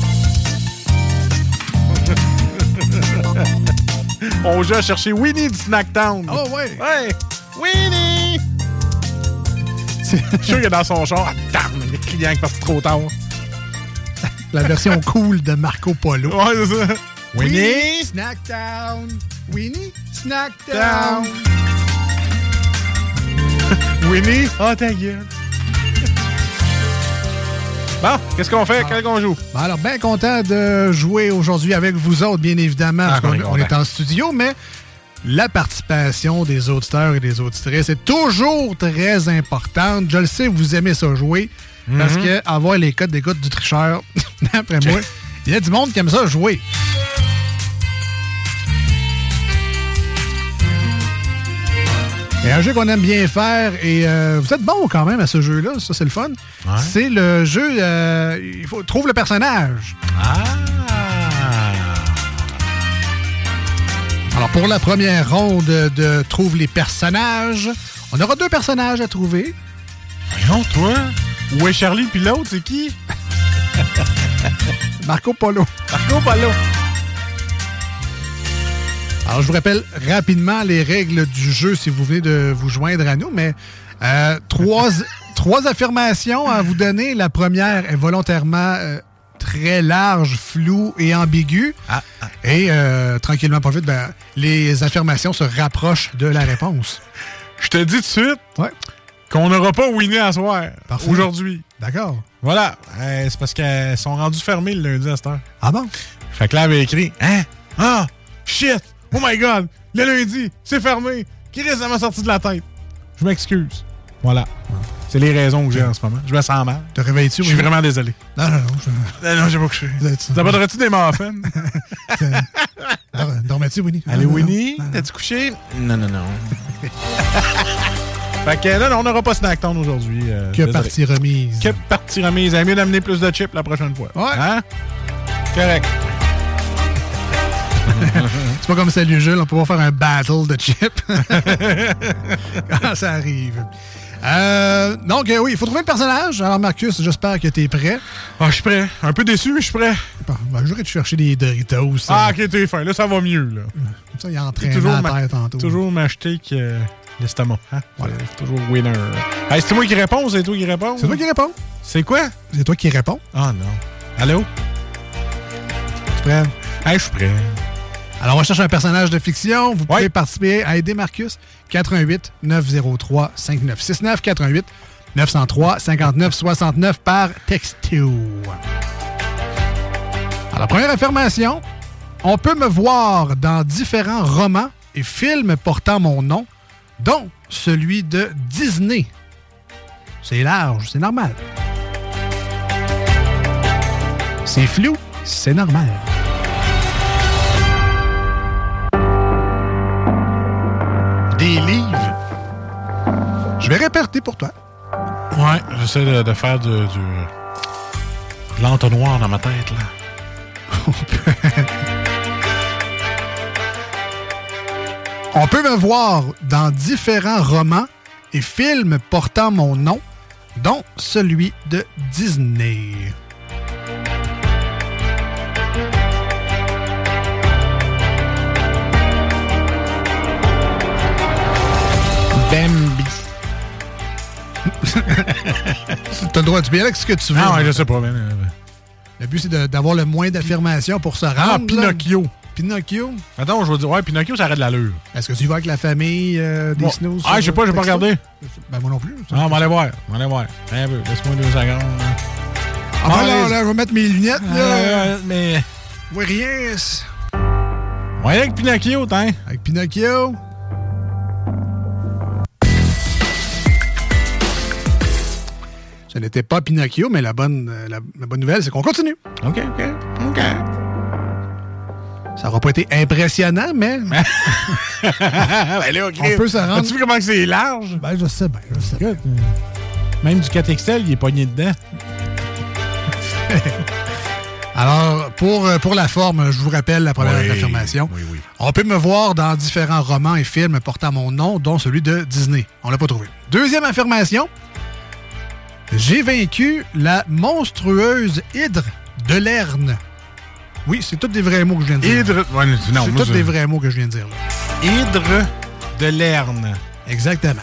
On joue à chercher Winnie du Snacktown.
Oh ouais!
Ouais! Winnie! Je suis sûr qu'il est dans son char. Ah, il est client qui est parti trop tard.
La version cool de Marco Polo.
Ouais, c'est ça. Winnie!
Winnie Snacktown! Winnie Snacktown!
Winnie? Ah, oh, ta gueule! Bon, qu'est-ce qu'on fait? Ah. Quel qu'on joue?
Bon, alors, bien content de jouer aujourd'hui avec vous autres, bien évidemment. Ah, parce qu'on on est en studio, mais la participation des auditeurs et des auditrices est toujours très importante. Je le sais, vous aimez ça jouer. Mm-hmm. Parce que avoir les codes d'écoute du tricheur, d'après moi, il y a du monde qui aime ça jouer. Et un jeu qu'on aime bien faire, et euh, vous êtes bon quand même à ce jeu-là, ça c'est le fun. Ouais. C'est le jeu, euh, il faut trouve le personnage.
Ah!
Alors pour la première ronde de Trouve les personnages, on aura deux personnages à trouver.
Non, toi? Où est Charlie puis l'autre, c'est qui?
Marco Polo.
Marco Polo.
Alors, je vous rappelle rapidement les règles du jeu si vous venez de vous joindre à nous, mais euh, trois, trois affirmations à vous donner. La première est volontairement euh, très large, floue et ambiguë. Ah, ah. Et euh, tranquillement, pas vite, ben, les affirmations se rapprochent de la réponse.
Je te dis tout de suite
ouais.
qu'on n'aura pas winné à soir,
Parfait.
Aujourd'hui.
D'accord.
Voilà. Euh, c'est parce qu'elles sont rendues fermées le lundi à cette heure.
Ah bon?
Fait que là, elle avait écrit « Hein? Ah! Shit! Oh my God! Le lundi, c'est fermé! Qui reste à m'a sorti de la tête? Je m'excuse. » Voilà. C'est les raisons que j'ai en ce moment. Je me sens mal.
Te réveilles-tu?
Je suis vraiment désolé.
Non, non, non. Je...
Non, non, j'ai pas couché. T'apporterais-tu des muffins?
Dormais-tu, Winnie?
Allez, Winnie, t'as-tu couché? Non, non, non. Fait que là, on n'aura pas Snacktown aujourd'hui. Euh,
que partie remise.
Que partie remise. Il est mieux d'amener plus de chips la prochaine fois.
Ouais.
Hein? Correct.
C'est pas comme Salut Jules, on peut pas faire un battle de chips. Quand ça arrive. Euh, donc, euh, oui, il faut trouver le personnage. Alors, Marcus, j'espère que t'es prêt.
Ah, je suis prêt. Un peu déçu, mais je suis prêt.
Bon, ben, j'aurais dû chercher des Doritos.
Ah, ok, t'es fin. Là, ça va mieux. Là.
Ça, il entraîne à la tête tantôt.
Toujours m'acheter que l'estomac. Hein? Voilà. C'est toujours winner. Hey, c'est moi qui réponds ou c'est toi qui réponds?
C'est toi qui réponds.
C'est quoi?
C'est toi qui réponds.
Ah, non. Allô?
Tu prêt?
Hey, je suis prêt.
Alors, on cherche un personnage de fiction. Vous pouvez ouais. participer à aider Marcus. quatre un huit neuf zéro trois cinq neuf six neuf. quatre un huit neuf zéro trois cinq neuf six neuf par texto. Alors, première affirmation. On peut me voir dans différents romans et films portant mon nom, dont celui de Disney. C'est large, c'est normal. C'est flou, c'est normal. Des livres. Je vais répéter pour toi.
Ouais, j'essaie de, de faire de, du, de l'entonnoir dans ma tête, là.
On peut me voir dans différents romans et films portant mon nom, dont celui de Disney. Bambi. T'as le droit de bien avec ce que tu veux.
Ah ouais, je sais pas. Mais...
Le but, c'est de, d'avoir le moins d'affirmations pour se rendre.
Ah, Pinocchio.
Là. Pinocchio.
Attends, je vais dire, ouais, Pinocchio, ça arrête de l'allure.
Est-ce que tu vas avec la famille euh, des
bon.
Snooze?
Ah, je sais pas, j'ai pas regardé.
Ben, moi non plus.
Ah, on va aller voir. On va aller voir. Un peu, laisse-moi deux secondes.
Ah, ben là, là, je vais mettre mes lunettes, là.
Euh, mais.
Oui, rien.
Ouais, avec Pinocchio, t'es.
Avec Pinocchio. Ce n'était pas Pinocchio, mais la bonne, la, la bonne nouvelle, c'est qu'on continue.
OK, OK, OK.
Ça n'aura pas été impressionnant, mais...
ben là, okay.
On peut se rendre...
As-tu vu comment c'est large?
Ben, je sais bien, je sais bien.
Même du quatre X L, il est pogné dedans.
Alors, pour, pour la forme, je vous rappelle la première oui, affirmation.
Oui, oui.
On peut me voir dans différents romans et films portant mon nom, dont celui de Disney. On l'a pas trouvé. Deuxième affirmation. J'ai vaincu la monstrueuse hydre de Lerne. Oui, c'est tous des vrais mots que je viens de dire.
Hydre... Ouais, non,
c'est
tous
je... des vrais mots que je viens de dire. Là.
Hydre de Lerne.
Exactement.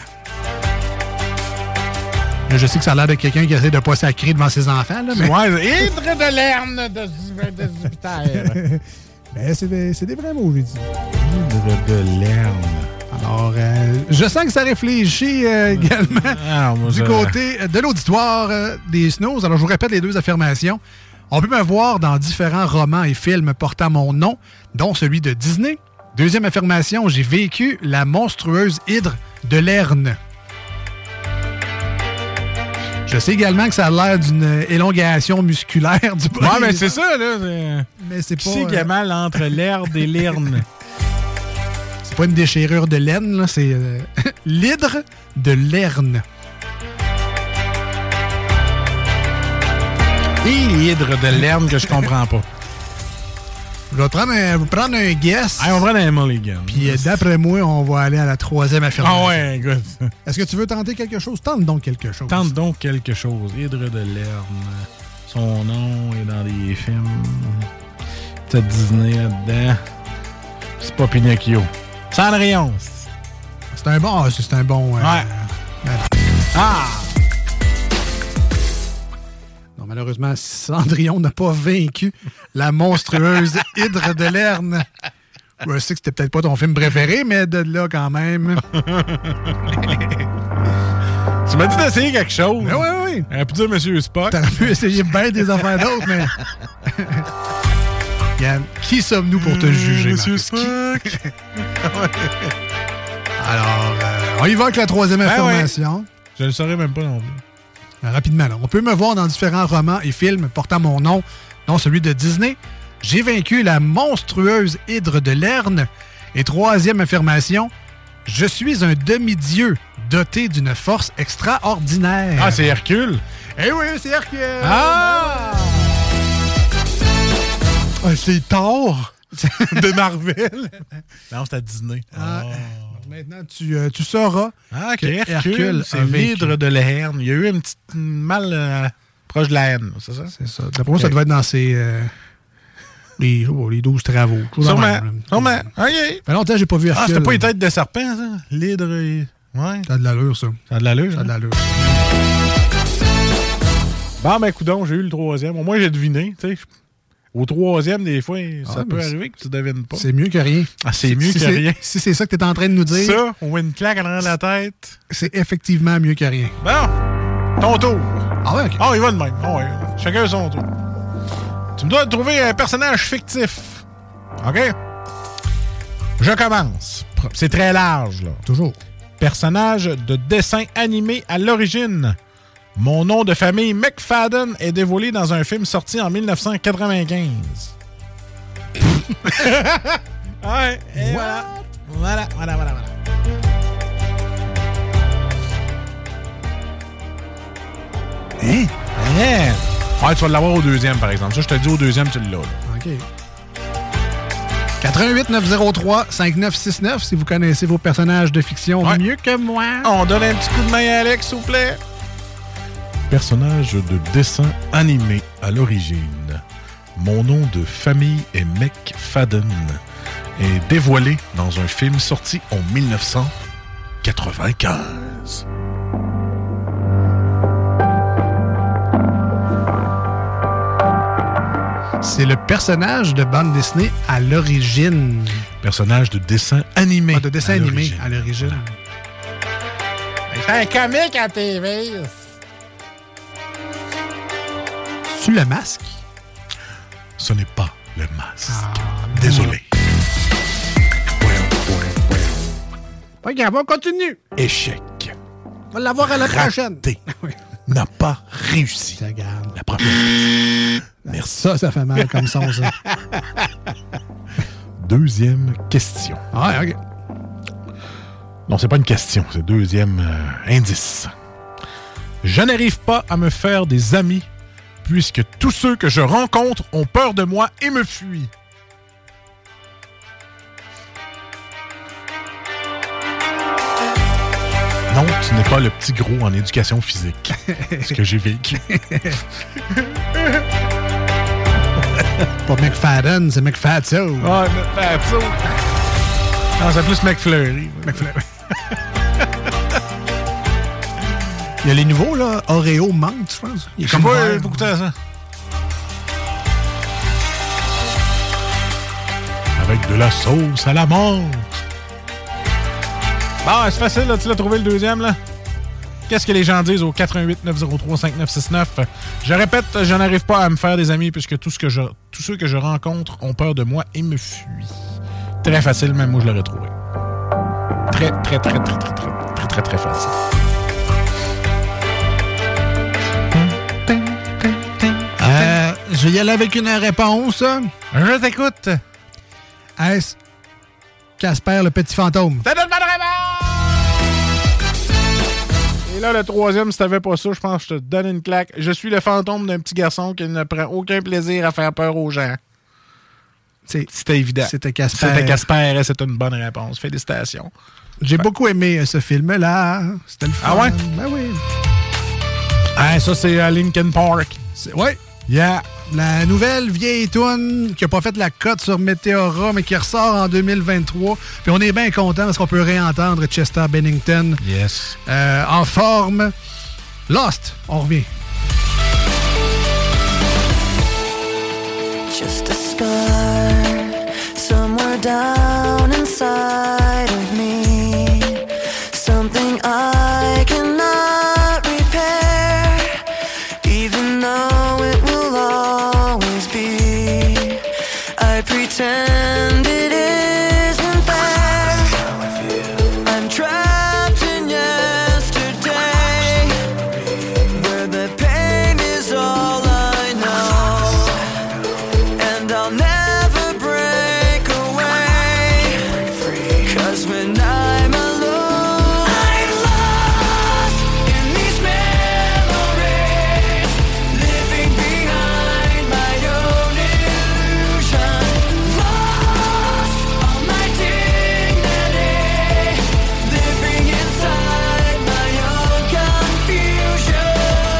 Là, je sais que ça a l'air de quelqu'un qui essaie de pas sacrer devant ses enfants. Là, mais...
Ouais, Hydre de Lerne de, de Jupiter.
Ben, c'est des, c'est des vrais mots, j'ai dit.
Hydre de Lerne.
Alors, euh, je sens que ça réfléchit euh, également
ah, moi,
du
ça...
côté de l'auditoire euh, des Snooze. Alors, je vous répète les deux affirmations. On peut me voir dans différents romans et films portant mon nom, dont celui de Disney. Deuxième affirmation, j'ai vécu la monstrueuse hydre de Lerne. Je sais également que ça a l'air d'une élongation musculaire du bas.
Ouais, mais c'est ça, là. C'est...
Mais c'est pas...
Qui c'est qui a mal entre l'Erde et l'Erne?
C'est pas une déchirure de laine, là. C'est euh, l'hydre de Lerne.
Et l'hydre de Lerne que je comprends pas.
Je vais prendre un, vous prendre un guess.
Allez, on va prendre un mulligan.
Puis euh, d'après moi, on va aller à la troisième affirmation.
Ah ouais, écoute.
Est-ce que tu veux tenter quelque chose? Tente donc quelque chose.
Tente donc quelque chose. Hydre de Lerne. Son nom est dans des films. T'as Disney là-dedans. C'est pas Pinocchio. Cendrillon.
C'est un bon... C'est un bon... Euh,
ouais.
Euh,
ah!
Non, malheureusement, Cendrillon n'a pas vaincu la monstrueuse Hydre de Lerne. Je sais que c'était peut-être pas ton film préféré, mais de là, quand même.
Tu m'as dit d'essayer quelque chose.
Ben oui, oui.
T'aurais pu dire Monsieur Spock.
T'aurais pu essayer bien des affaires d'autres, mais... Yann, qui sommes-nous pour te mmh, juger,
Monsieur Spock?
Alors, euh, on y va avec la troisième
ben
information.
Ouais. Je ne le saurais même pas non plus.
Euh, rapidement, là. On peut me voir dans différents romans et films portant mon nom, dont celui de Disney. J'ai vaincu la monstrueuse Hydre de Lerne. Et troisième affirmation, je suis un demi-dieu doté d'une force extraordinaire.
Ah, c'est Hercule?
Eh oui, c'est Hercule!
Ah!
ah c'est Thor!
de Marvel. Non, c'est à Disney.
Ah. Oh. Maintenant, tu, euh, tu sauras
ah, okay.
que
Hercule,
Hercule
c'est l'hydre de Lerne. Il y a eu un petit mal euh, proche de la haine, c'est ça?
C'est ça. D'après moi, okay. ça devait être dans ses... Euh, les, oh, les douze travaux.
Sûrement. Sûrement. OK. Ça
fait longtemps que j'ai pas vu Hercule.
Ah, c'était pas les têtes de serpent, ça? L'hydre et... Ouais.
Ça a de l'allure, ça.
Ça a de l'allure,
Ça a de l'allure.
Bon, ben, coudonc, j'ai eu le troisième. Au moins, j'ai deviné, tu sais. Au troisième, des fois, ça ah, peut arriver que tu ne devines pas.
C'est mieux que rien.
Ah, c'est mieux
si
que rien.
Si c'est ça que tu es en train de nous dire.
Ça, on voit une claque en arrière de la tête.
C'est effectivement mieux que rien.
Bon, ton tour.
Ah ouais, OK.
Ah, il va de même. Ah ouais. Chacun son tour. Tu me dois trouver un personnage fictif. OK? Je commence. C'est très large, là.
Toujours.
Personnage de dessin animé à l'origine. Mon nom de famille McFadden est dévoilé dans un film sorti en dix-neuf cent quatre-vingt-quinze. ouais, et voilà. Voilà, voilà, voilà, voilà.
Hein?
Yeah. Ouais, tu vas l'avoir au deuxième, par exemple. Ça, je te dis au deuxième, tu l'as. Là.
OK. quatre un huit neuf zéro trois cinq neuf six neuf si vous connaissez vos personnages de fiction ouais. mieux que moi.
On donne un petit coup de main à Alex, s'il vous plaît. Personnage de dessin animé à l'origine. Mon nom de famille est McFadden. Est dévoilé dans un film sorti en dix-neuf cent quatre-vingt-quinze.
C'est le personnage de bande dessinée à l'origine.
Personnage de dessin animé.
Ah, de dessin
à
animé
l'origine.
à l'origine.
C'est un comique à T V.
C'est le masque?
Ce n'est pas le masque. Ah, désolé.
Pas grave, on continue.
Échec.
On va l'avoir à la
Raté.
prochaine.
N'a pas réussi.
Regarde.
La première.
Merci. Ça, ça fait mal comme son, ça.
Deuxième question.
Ah, OK.
Non, c'est pas une question, c'est deuxième euh, indice. Je n'arrive pas à me faire des amis puisque tous ceux que je rencontre ont peur de moi et me fuient. Non, tu n'es pas le petit gros en éducation physique. Ce que j'ai vécu.
Pas McFadden, c'est McFatso.
Ah, McFatso. Non, c'est plus McFlurry. McFlurry.
Il y a les nouveaux, là. Oreo menthe, je pense. Il est
comme pas beaucoup de temps, ça. Avec de la sauce à la menthe. Bon, c'est facile, là. Tu l'as trouvé le deuxième, là. Qu'est-ce que les gens disent au quatre un huit neuf zéro trois cinq neuf six neuf? Je répète, je n'arrive pas à me faire des amis puisque tout ce que je, tous ceux que je rencontre ont peur de moi et me fuient. Très facile, même moi, je l'aurais trouvé. Très, très, très, très, très, très, très, très, très, très facile.
Euh, je vais y aller avec une réponse.
Je t'écoute.
Est-ce Casper le petit fantôme?
C'est notre bonne réponse! Et là, le troisième, si t'avais pas ça, je pense que je te donne une claque. Je suis le fantôme d'un petit garçon qui ne prend aucun plaisir à faire peur aux gens. C'était évident.
C'était Casper.
C'était Casper, c'est une bonne réponse. Félicitations.
J'ai ouais. beaucoup aimé ce film-là. C'était le fun.
Ah ouais?
Ben oui.
Ah, ça, c'est à Linkin Park.
Oui.
Yeah.
La nouvelle vieille toune qui n'a pas fait la cote sur Météora, mais qui ressort en deux mille vingt-trois. Puis on est bien content parce qu'on peut réentendre Chester Bennington.
Yes.
Euh, en forme. Lost, on revient.
Just a scar somewhere down inside of me. Something I cannot repair, even though it will always be. I pretend it isn't there. I'm trapped in yesterday, where the pain is all I know, and I'll never break away. 'Cause when I'm alone, I'm lost in these memories, living behind my own illusion. Lost all my dignity, living inside my own confusion.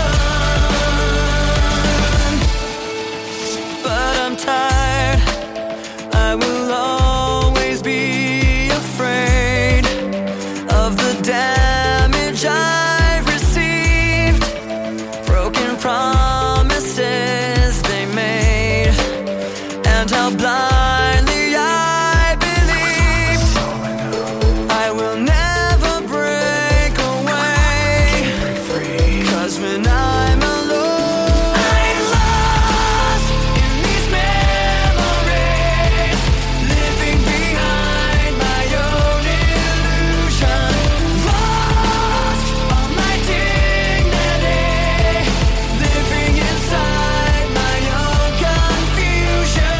But I'm tired, I will always be afraid of the damage I've received, broken promises they made, and how blindly I believed. I will never break away, 'cause when I'm alone, I'm lost in these memories, living behind my own illusion. Lost all my dignity, living inside my own confusion.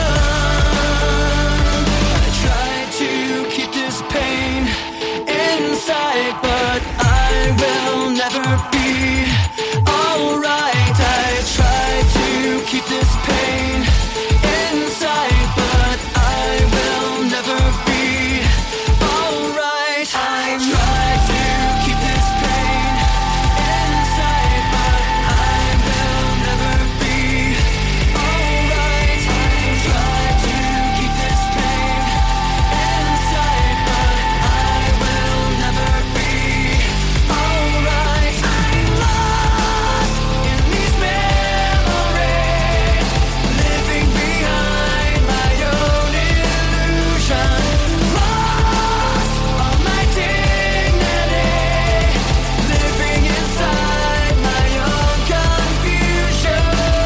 I try to keep this pain inside, but I will never be alright. I try to keep this pain inside, but I will never be alright. I try to keep this pain inside, but I will never be alright. I try to keep this pain inside, but I will never be alright. I'm lost in these memories, living behind my own illusion. Lost all my dignity, living inside my own confusion.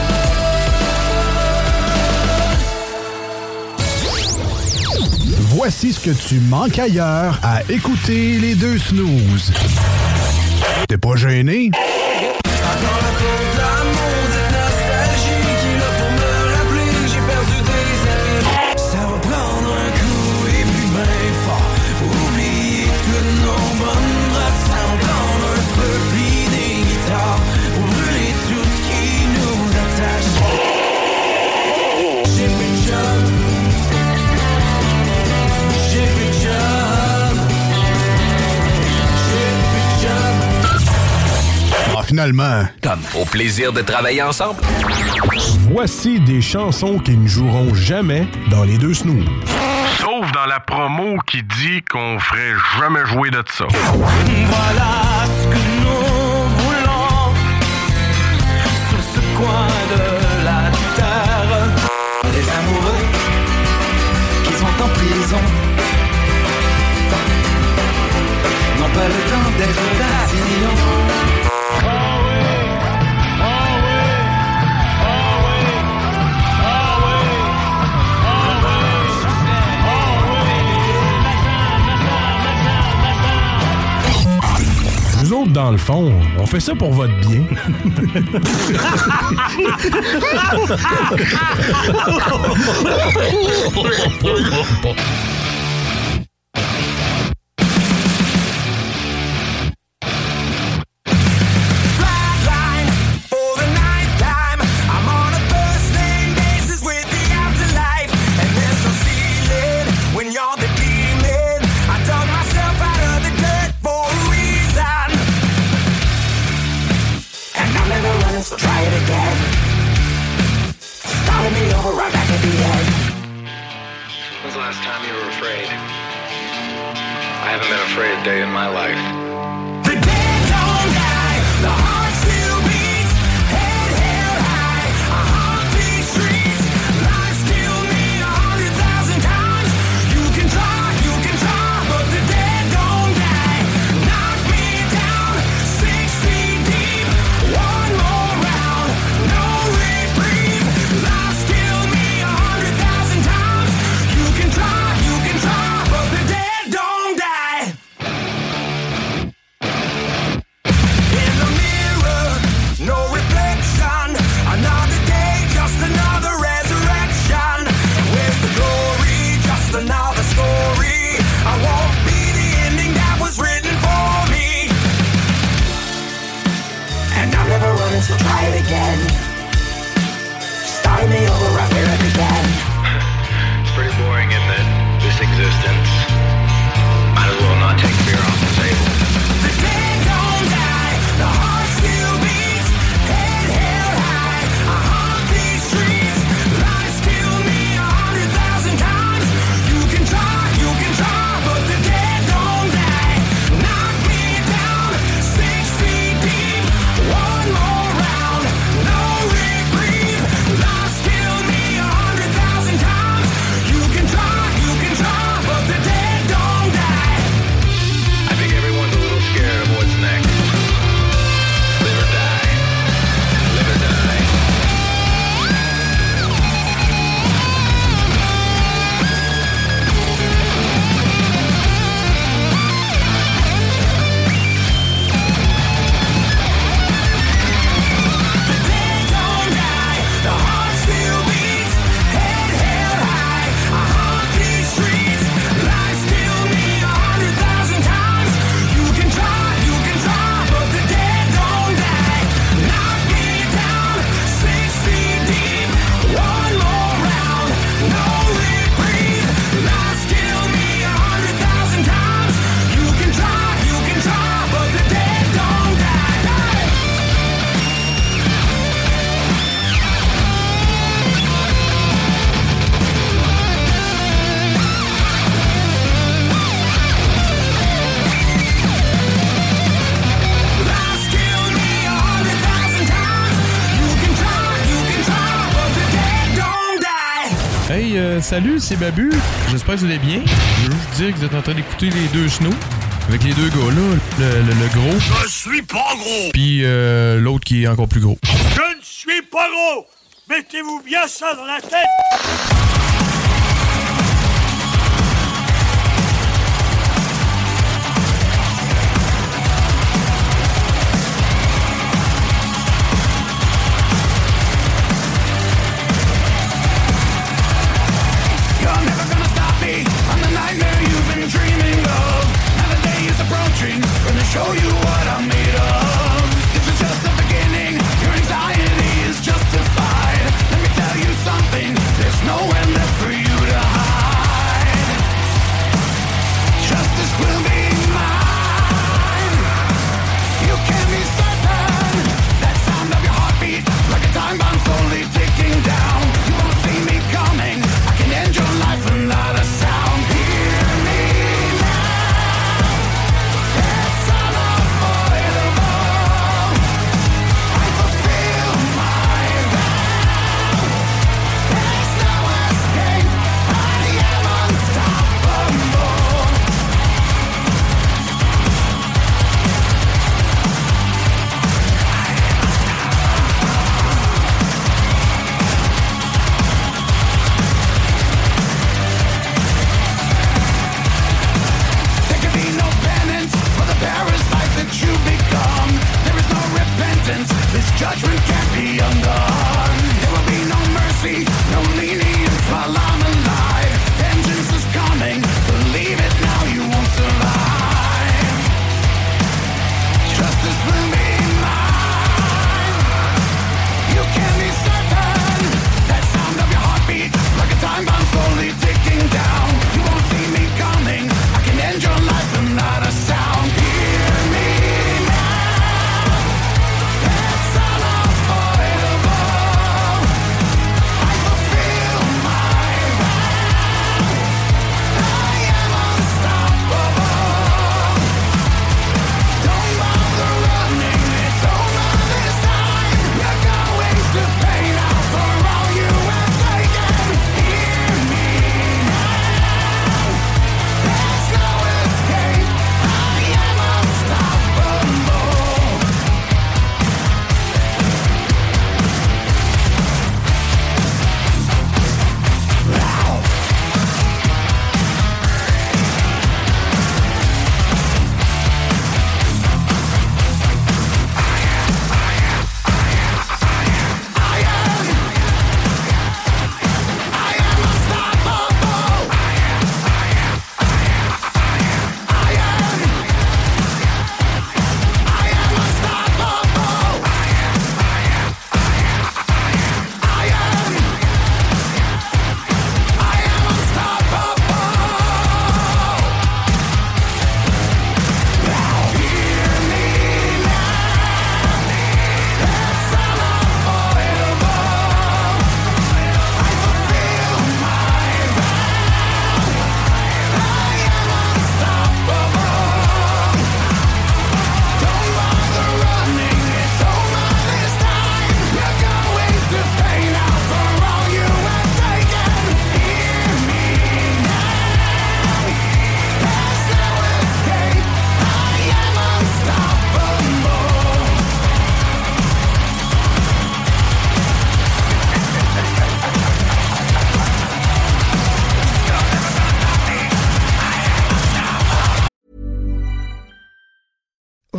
Voici ce que tu manques ailleurs à écouter les deux snooze. T'es pas gêné?
Ça va prendre un coup et plus bien fort pour oublier toutes nos bonnes drogues. Ça va prendre un peu pris des guitares pour brûler tout ce qui nous attache. J'ai plus de job, j'ai plus de job, j'ai plus de job.
Ah, finalement.
Comme au plaisir de travailler ensemble.
Voici des chansons qui ne joueront jamais dans les deux snooze.
Sauf dans la promo qui dit qu'on ferait jamais jouer de ça.
Voilà ce que nous voulons sur ce coin de la terre. Les amoureux qui sont en prison n'ont pas le temps d'être tatillons.
Nous autres, dans le fond, on fait ça pour votre bien.
Flatline for the ninth time. I'm on a first name basis with the afterlife, and
haven't been afraid a day in my life.
The dead don't die, the heart still beats, head held high, I haunt these streets, lies kill me a hundred thousand times. You can try, you can try, but the dead don't die. Knock me down, six feet deep, one more round, no reprieve. Lies kill me a hundred thousand times. You can try, you can try, but the dead don't die. In the mirror, no reflection. Another day, just another resurrection. Where's the glory? Just another story. I won't be the ending that was written for me. And I'm never running, so try it again. Starting me over right where I began.
It's pretty boring, isn't it? This existence. Might as well not take fear off the table.
The dead don't die, the heart still beats, head held high, I haunt these streets, lies kill me a hundred thousand times. You can try, you can try, but the dead don't die. Knock me down, six feet deep, one more round, no reprieve. Lies kill me a hundred thousand times. You can try, you can try, but the dead don't die.
I think everyone's a little scared of what's next. Live or die. Live or die.
Don't die, the heart still beats, head held high, I haunt these streets, lies kill me a hundred thousand times. You can try, you can try, but the dead don't die. Knock me down, six feet deep, one more round, no reprieve. Lies kill me a hundred thousand times. You can try, you can try, but the dead don't die. Lies kill me a hundred thousand times. You can try, you can try, but the dead don't die.
Hey, euh, salut, c'est Babu. J'espère que vous allez bien. Je veux juste dire que vous êtes en train d'écouter les deux snows. Avec les deux gars là, le, le- le gros.
Je suis pas gros.
Puis euh, l'autre qui est encore plus gros.
Je ne suis pas gros. Mettez-vous bien ça dans la tête.
You're never gonna stop me. I'm the nightmare you've been dreaming of. Now the day is approaching. Gonna show you what I'm made of. This is just the beginning. Your anxiety is justified. Let me tell you something. There's nowhere left for you to hide. Justice will be mine. You can be certain. That sound of your heartbeat, like a time bomb slowly ticking down. You won't see me coming. I can end your life without a sound. Hear me now. It's all for the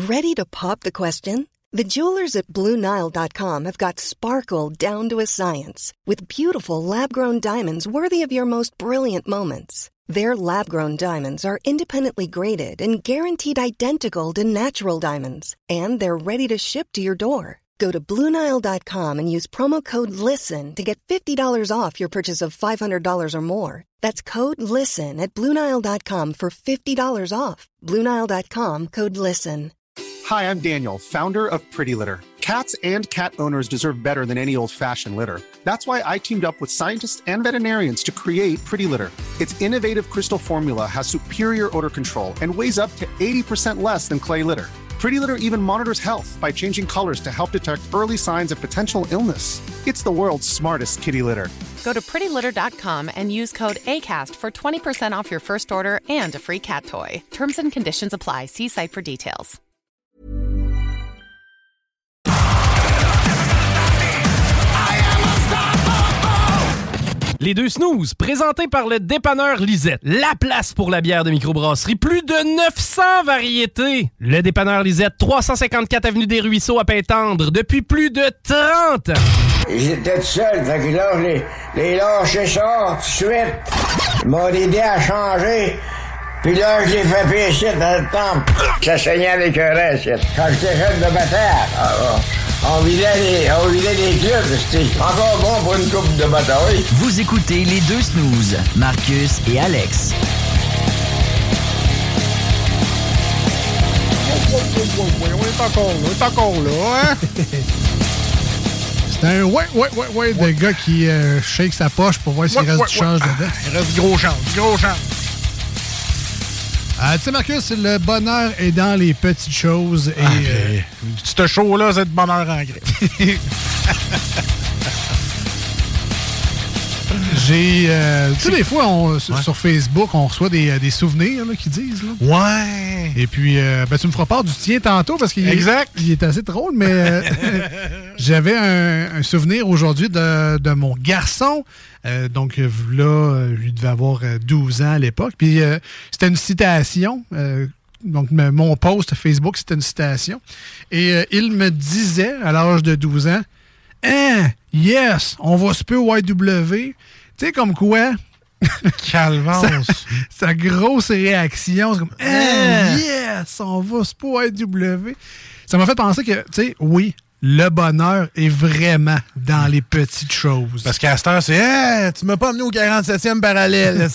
Ready to pop the question? The jewelers at Blue Nile dot com have got sparkle down to a science with beautiful lab-grown diamonds worthy of your most brilliant moments. Their lab-grown diamonds are independently graded and guaranteed identical to natural diamonds, and they're ready to ship to your door. Go to Blue Nile dot com and use promo code LISTEN to get fifty dollars off your purchase of five hundred dollars or more. That's code LISTEN at Blue Nile dot com for fifty dollars off. Blue Nile dot com, code LISTEN.
Hi, I'm Daniel, founder of Pretty Litter. Cats and cat owners deserve better than any old-fashioned litter. That's why I teamed up with scientists and veterinarians to create Pretty Litter. Its innovative crystal formula has superior odor control and weighs up to eighty percent less than clay litter. Pretty Litter even monitors health by changing colors to help detect early signs of potential illness. It's the world's smartest kitty litter.
Go to pretty litter dot com and use code ACAST for twenty percent off your first order and a free cat toy. Terms and conditions apply. See site for details.
Les deux snooze, présentés par le dépanneur Lisette. La place pour la bière de microbrasserie. Plus de neuf cents variétés. Le dépanneur Lisette, trois cent cinquante-quatre avenue des Ruisseaux à Pintendre, depuis plus de trente ans.
J'étais tout seul, fait que là, je les, les lâché ça tout de suite. Ils m'ont aidé à changer. Puis là, je l'ai fait pécher dans le temple. Ça saignait avec un reste. Quand j'étais jeune de bataille, ah, on vidait les, on vidait les clubs. C'était encore bon pour une coupe de bataille.
Vous écoutez les deux snooze, Marcus et Alex.
On est encore là, on est encore là, hein?
C'est un ouais, ouais, ouais, ouais de gars qui euh, shake sa poche pour voir s'il
ouais,
reste
ouais,
du change
ouais.
dedans.
Il reste du gros change, du gros change.
Euh, tu sais, Marcus, le bonheur est dans les petites choses. Et,
ah,
euh,
ce show-là, c'est de bonheur en gré.
J'ai... Euh, tu sais, des fois, on, ouais. sur Facebook, on reçoit des, des souvenirs là, qui disent. Là.
Ouais.
Et puis, euh, ben, tu me feras part du tien tantôt parce qu'il
exact.
Est, il est assez drôle, mais euh, j'avais un, un souvenir aujourd'hui de, de mon garçon. Euh, donc, là, lui devait avoir douze ans à l'époque. Puis, euh, c'était une citation. Euh, donc, mon post Facebook, c'était une citation. Et euh, il me disait, à l'âge de douze ans, « Hein, yes, on va se peu au Y W. » Tu sais, comme quoi...
Calvance.
Sa, sa grosse réaction, c'est comme « Hein, yes, on va se peu au Y W. » Ça m'a fait penser que, tu sais, oui, le bonheur est vraiment dans les petites choses.
Parce qu'à cette heure, c'est hey, tu m'as pas amené au quarante-septième parallèle.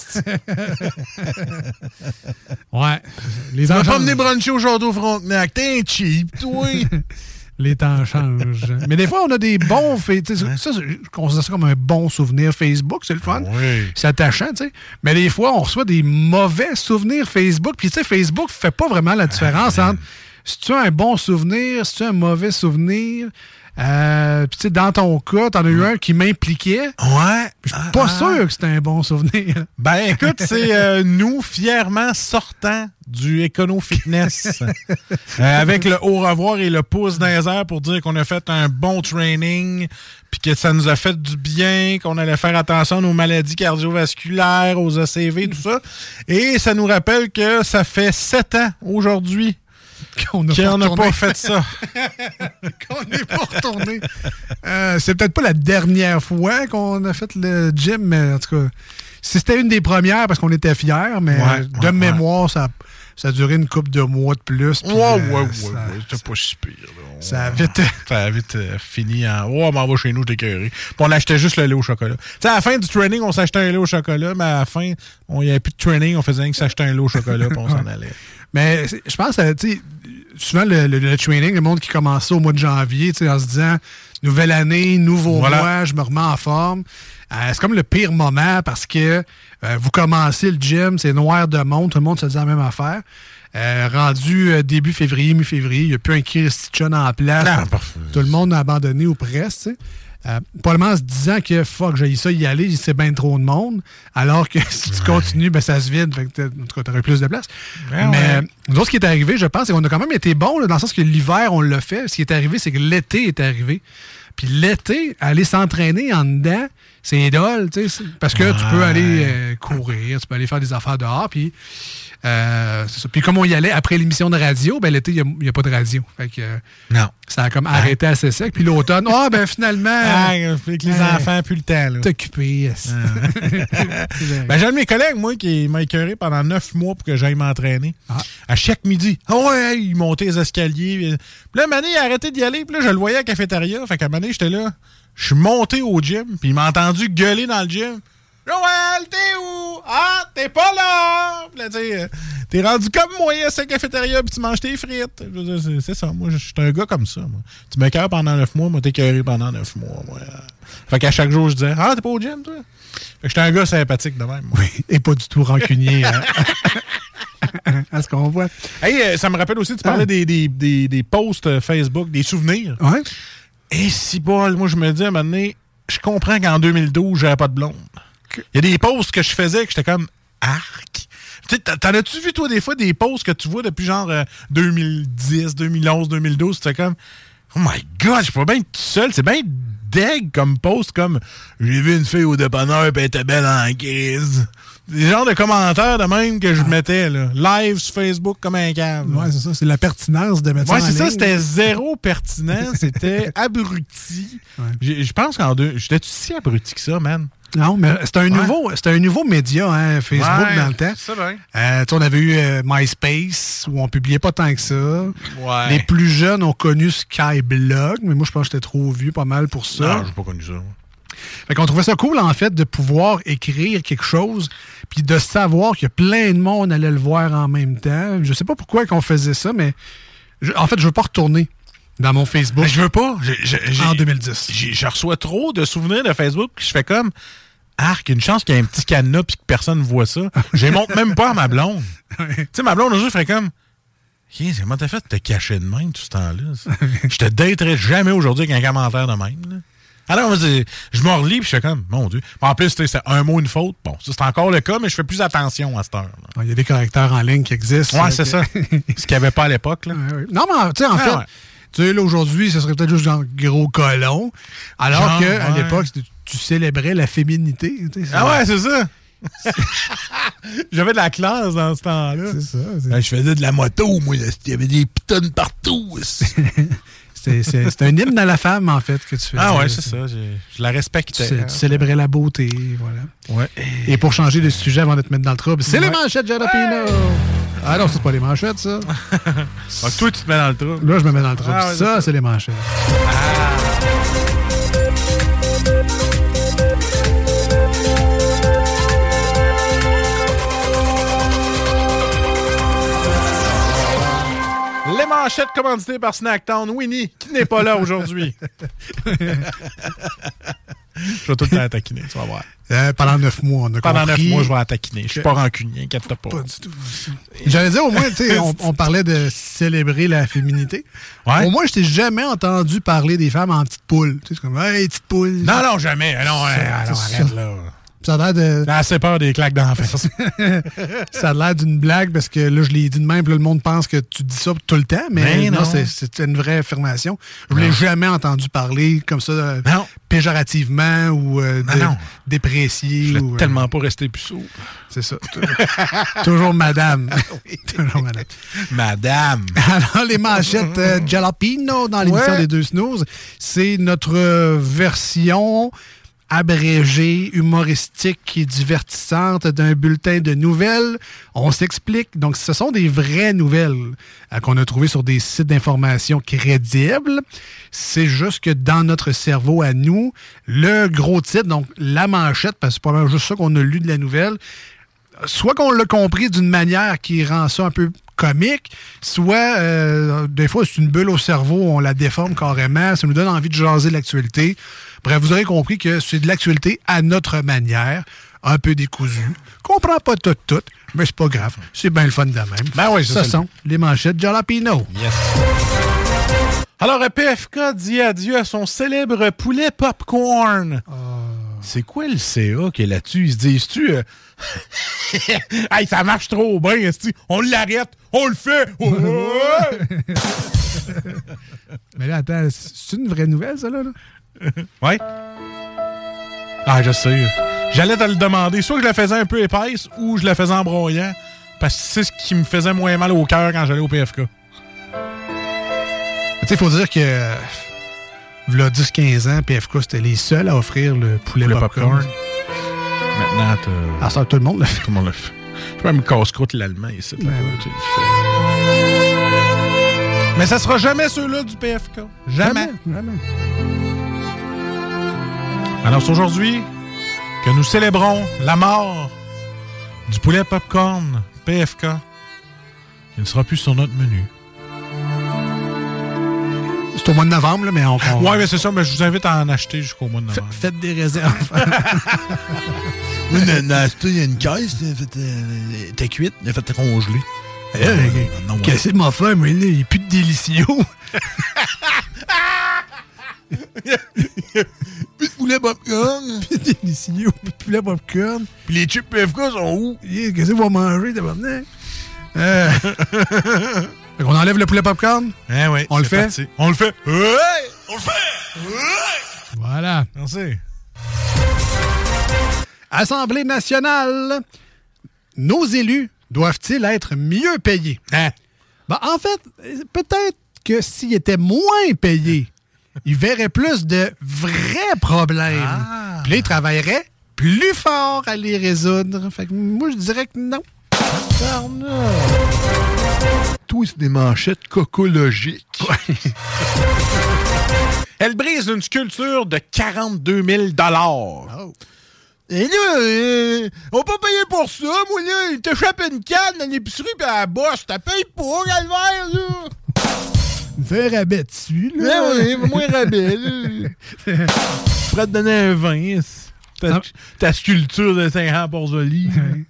Ouais.
Les tu m'as pas amené bruncher au Château Frontenac. T'es un cheap, toi.
Les temps changent. Mais des fois, on a des bons faits. Ça, ça, je considère ça comme un bon souvenir Facebook. C'est le fun.
Oui.
C'est attachant, tu sais. Mais des fois, on reçoit des mauvais souvenirs Facebook. Puis, tu sais, Facebook fait pas vraiment la différence ah, entre si tu as un bon souvenir, si tu as un mauvais souvenir. Euh, puis tu sais, dans ton cas, t'en as eu un qui m'impliquait.
Ouais.
Je suis pas ah, sûr que c'était un bon souvenir.
Ben écoute, c'est euh, nous fièrement sortant du Econo Fitness euh, avec le au revoir et le pouce dans les airs pour dire qu'on a fait un bon training puis que ça nous a fait du bien, qu'on allait faire attention à nos maladies cardiovasculaires, aux A C V, tout ça. Et ça nous rappelle que ça fait sept ans aujourd'hui
qu'on n'a
pas, pas fait ça.
Qu'on n'est pas retourné. Euh, c'est peut-être pas la dernière fois qu'on a fait le gym, mais en tout cas, c'était une des premières parce qu'on était fiers, mais
ouais,
de
ouais,
mémoire, ouais. ça, ça a duré une couple de mois de plus.
Ouais, ouais, ouais, ouais,
ça,
c'était pas si pire. Là.
Ça a vite...
Ça a vite euh, fini en... Oh, m'en va chez nous, t'es écœuré. Puis on achetait juste le lait au chocolat. Tu sais, à la fin du training, on s'achetait un lait au chocolat, mais à la fin, il n'y avait plus de training, on faisait rien que s'acheter un lait au chocolat, puis on s'en allait.
Mais je pense, tu sais, souvent le, le, le training, le monde qui commence ça au mois de janvier, tu sais, en se disant nouvelle année, nouveau voilà. mois, je me remets en forme. Euh, c'est comme le pire moment parce que euh, vous commencez le gym, c'est noir de monde, tout le monde se dit la même affaire. Euh, rendu euh, début février, mi-février, il n'y a plus un Christian en place.
Non,
tout le monde a abandonné ou presque, tu sais. Euh, probablement en se disant que fuck, j'ai ça y aller, c'est bien trop de monde. Alors que si tu ouais. continues, ben, ça se vide. Fait que en tout cas, tu aurais plus de place.
Ouais,
Mais
ouais.
nous autres, ce qui est arrivé, je pense, c'est qu'on a quand même été bons, là, dans le sens que l'hiver, on l'a fait. Ce qui est arrivé, c'est que l'été est arrivé. Puis l'été, aller s'entraîner en dedans, c'est idole, tu sais. Parce que ouais. tu peux aller euh, courir, tu peux aller faire des affaires dehors. Puis Euh, c'est ça. Puis comme on y allait après l'émission de radio, ben l'été, il n'y a, a pas de radio. Fait que, euh,
non.
Ça a comme ah. arrêté assez sec. Puis l'automne, ah, oh, ben finalement.
Ah, avec les euh, enfants, plus le temps. Là.
T'es occupé.
Ah. ben, j'ai un de mes collègues, moi, qui m'a écœuré pendant neuf mois pour que j'aille m'entraîner. Ah. À chaque midi. Ah oh, ouais, il montait les escaliers. Puis là, Mané, il a arrêté d'y aller. Puis là, je le voyais à la cafétéria. Fait qu'à Mané, j'étais là. Je suis monté au gym. Puis il m'a entendu gueuler dans le gym. Joël, t'es où? Ah, t'es pas là! Là, t'sais, t'es rendu comme moi à cette cafétéria puis tu manges tes frites. C'est, c'est ça, moi, je suis un gars comme ça. Moi. Tu m'écœures pendant neuf mois, moi, t'écœuré pendant neuf mois. Moi. Fait qu'à chaque jour, je disais, ah, t'es pas au gym, toi? Fait que j'étais un gars sympathique de même. Moi.
Oui, et pas du tout rancunier. Hein? À ce qu'on voit.
Hey, ça me rappelle aussi, tu parlais ah. des, des, des, des posts Facebook, des souvenirs.
Ouais.
Et si bol, moi, je me dis à un moment donné, je comprends qu'en deux mille douze, j'avais pas de blonde. Il y a des posts que je faisais que j'étais comme arc. Tu sais, t'en as-tu vu, toi, des fois, des posts que tu vois depuis genre euh, deux mille dix, deux mille onze, deux mille douze, c'était comme oh my God, je peux bien être tout seul. C'est bien deg comme post, comme j'ai vu une fille au dépanneur et elle était belle en crise. Des genres de commentaires de même que je ah. mettais, là. Live sur Facebook comme un câble.
Ouais, c'est ça. C'est la pertinence de mettre
ouais,
ça en ligne.
Ouais, c'est ça. C'était zéro pertinent. C'était abruti. Ouais. Je pense qu'en deux... J'étais si abruti que ça, man.
Non, mais c'était un, ouais. nouveau, c'était un nouveau média, hein, Facebook,
ouais,
dans le temps.
C'est bien.
Euh, on avait eu euh, MySpace, où on publiait pas tant que ça.
Ouais.
Les plus jeunes ont connu Skyblog, mais moi, je pense que j'étais trop vieux, pas mal pour ça.
Non, j'ai pas connu ça.
Fait qu'on trouvait ça cool, en fait, de pouvoir écrire quelque chose, puis de savoir que plein de monde allait le voir en même temps. Je sais pas pourquoi qu'on faisait ça, mais je, en fait, je veux pas retourner dans mon Facebook.
Mais je veux pas. J'ai, j'ai,
en deux mille dix.
J'ai, je reçois trop de souvenirs de Facebook, puis je fais comme arc, une chance qu'il y ait un petit cadenas puis que personne ne voit ça. Je les montre même pas à ma blonde. Tu sais, ma blonde, un jour, ferait comme hey, comment t'as fait de te cacher de même tout ce temps-là? Je te daterais jamais aujourd'hui avec un commentaire de même. Là. Alors, je me relis puis je fais comme, mon Dieu. En plus, c'est un mot, une faute. Bon, ça, c'est encore le cas, mais je fais plus attention à cette heure.
Il y a des correcteurs en ligne qui existent.
Ouais, c'est que... ça. Ce qu'il n'y avait pas à l'époque. Là.
Ouais, ouais. Non, mais tu sais, en ah, fait, ouais. tu sais, là, aujourd'hui, ce serait peut-être juste un gros colon. Alors qu'à ouais. l'époque, tu célébrais la féminité.
Ah ouais, c'est ça. J'avais de la classe dans ce temps-là.
C'est ça. C'est...
Ben, je faisais de la moto, moi. Il y avait des pitons partout.
C'est, c'est, c'est un hymne à la femme, en fait, que tu fais.
Ah ouais, c'est, c'est ça. Je, je la respectais.
Tu, tu célébrais la beauté, voilà.
Ouais.
Et pour changer de sujet avant de te mettre dans le trouble, c'est ouais. les manchettes Jalapino! Ouais. Ah non, c'est pas les manchettes, ça.
ah, toi, tu te mets dans le trouble.
Là, je me mets dans le trouble. Ah, ouais, ça, c'est, c'est les manchettes. Ah.
Les manchettes commanditées par Snacktown. Winnie, qui n'est pas là aujourd'hui. Je vais tout le temps la taquiner, tu vas voir.
Euh, pendant neuf mois, on a
Pendant
compris...
neuf mois, je vais la taquiner. Je suis pas rancunier, inquiète-toi pas.
Pas du tout. J'allais dire, au moins, tu sais, on, on parlait de célébrer la féminité. Ouais. Au moins, je t'ai jamais entendu parler des femmes en petites poules. Tu sais, c'est comme, hey, petite poule.
Non, non, jamais. Non, ça, non, non arrête ça. Là.
Ça a l'air de...
J'ai assez peur des claques d'en face.
Ça a l'air d'une blague parce que là, je l'ai dit de même, puis le monde pense que tu dis ça tout le temps, mais, mais non, non c'est, c'est une vraie affirmation. Je ne l'ai jamais entendu parler comme ça, euh, péjorativement ou euh, de, déprécié.
Je ne
ou,
tellement euh, pas rester puceau.
C'est ça. Toujours madame. Oui. Toujours madame.
Madame.
Alors, les manchettes euh, Jalapino dans l'émission ouais. des Deux Snooze, c'est notre euh, version... abrégée, humoristique et divertissante d'un bulletin de nouvelles. On s'explique. Donc, ce sont des vraies nouvelles euh, qu'on a trouvées sur des sites d'information crédibles. C'est juste que dans notre cerveau à nous, le gros titre, donc la manchette, parce que c'est pas mal juste ça qu'on a lu de la nouvelle, soit qu'on l'a compris d'une manière qui rend ça un peu comique, soit euh, des fois c'est une bulle au cerveau, on la déforme carrément, ça nous donne envie de jaser de l'actualité. Bref, vous aurez compris que c'est de l'actualité à notre manière, un peu décousu. Comprends pas tout, tout, mais c'est pas grave. C'est bien le fun de même.
Ben oui, c'est
ça.
Ce
sont les manchettes Jalapino.
Yes. Alors, P F K dit adieu à son célèbre poulet popcorn. Oh. C'est quoi le C A qui est là-dessus? Ils se disent-tu... Euh... hey, ça marche trop bien, est-ce-tu? On l'arrête, on le fait!
Mais là, attends, c'est une vraie nouvelle, ça, là? là?
Ouais. Ah, je sais. J'allais te le demander. Soit que je la faisais un peu épaisse ou je la faisais en broyant. parce que c'est ce qui me faisait moins mal au cœur quand j'allais au P F K.
Tu sais, il faut dire que, v'là dix à quinze ans, P F K, c'était les seuls à offrir le poulet,
Le
popcorn.
popcorn. Maintenant, t'as...
Ah, ça, tout le monde le fait.
Tout le monde le fait. Je peux même casse-croûte l'allemand ici.
Ben oui.
Tu le fais. Mais ça sera jamais ceux-là du P F K. Jamais.
Jamais. Jamais.
Alors, c'est aujourd'hui que nous célébrons la mort du poulet popcorn P F K. Il ne sera plus sur notre menu.
C'est au mois de novembre, là, mais on... on...
Ouais, mais c'est ça, mais je vous invite à en acheter jusqu'au mois de novembre.
F- faites des réserves.
Oui, on a acheté, il y a une caisse, elle fait, euh, t'es cuite, elle fait congeler.
Eh, euh,
non, ouais.
Qu'est-ce que m'a fait, mais là, il n'y a plus de délicieux.
Plus de poulet popcorn.
Plus de délicieux, plus de poulet popcorn.
Puis les chips P F K sont où?
Yeah, qu'est-ce qu'on va manger, tabarnak? Euh... Fait qu'on enlève le poulet popcorn?
Eh oui,
on le fait?
Parti. On le fait?
Ouais! On le fait! Ouais!
Voilà.
Merci.
Assemblée nationale. Nos élus doivent-ils être mieux payés?
Hein?
Ben, en fait, peut-être que s'ils étaient moins payés, ils verraient plus de vrais problèmes.
Ah.
Puis là, ils travailleraient plus fort à les résoudre. Fait que moi, je dirais que non.
Tout, c'est des manchettes cocologiques.
Ouais. Elle brise une sculpture de quarante-deux mille dollars.
Oh.
Et là, euh, on va pas payer pour ça, moi, là. Il t'échappe une canne dans l'épicerie pis à la bosse. T'as payé pour, Calvaire, là.
Fais rabais dessus, là.
Ouais, ouais, moins rabais, là. Je pourrais te donner un vingt. Ta,
ah.
ta sculpture de Saint-Jean Porzoli.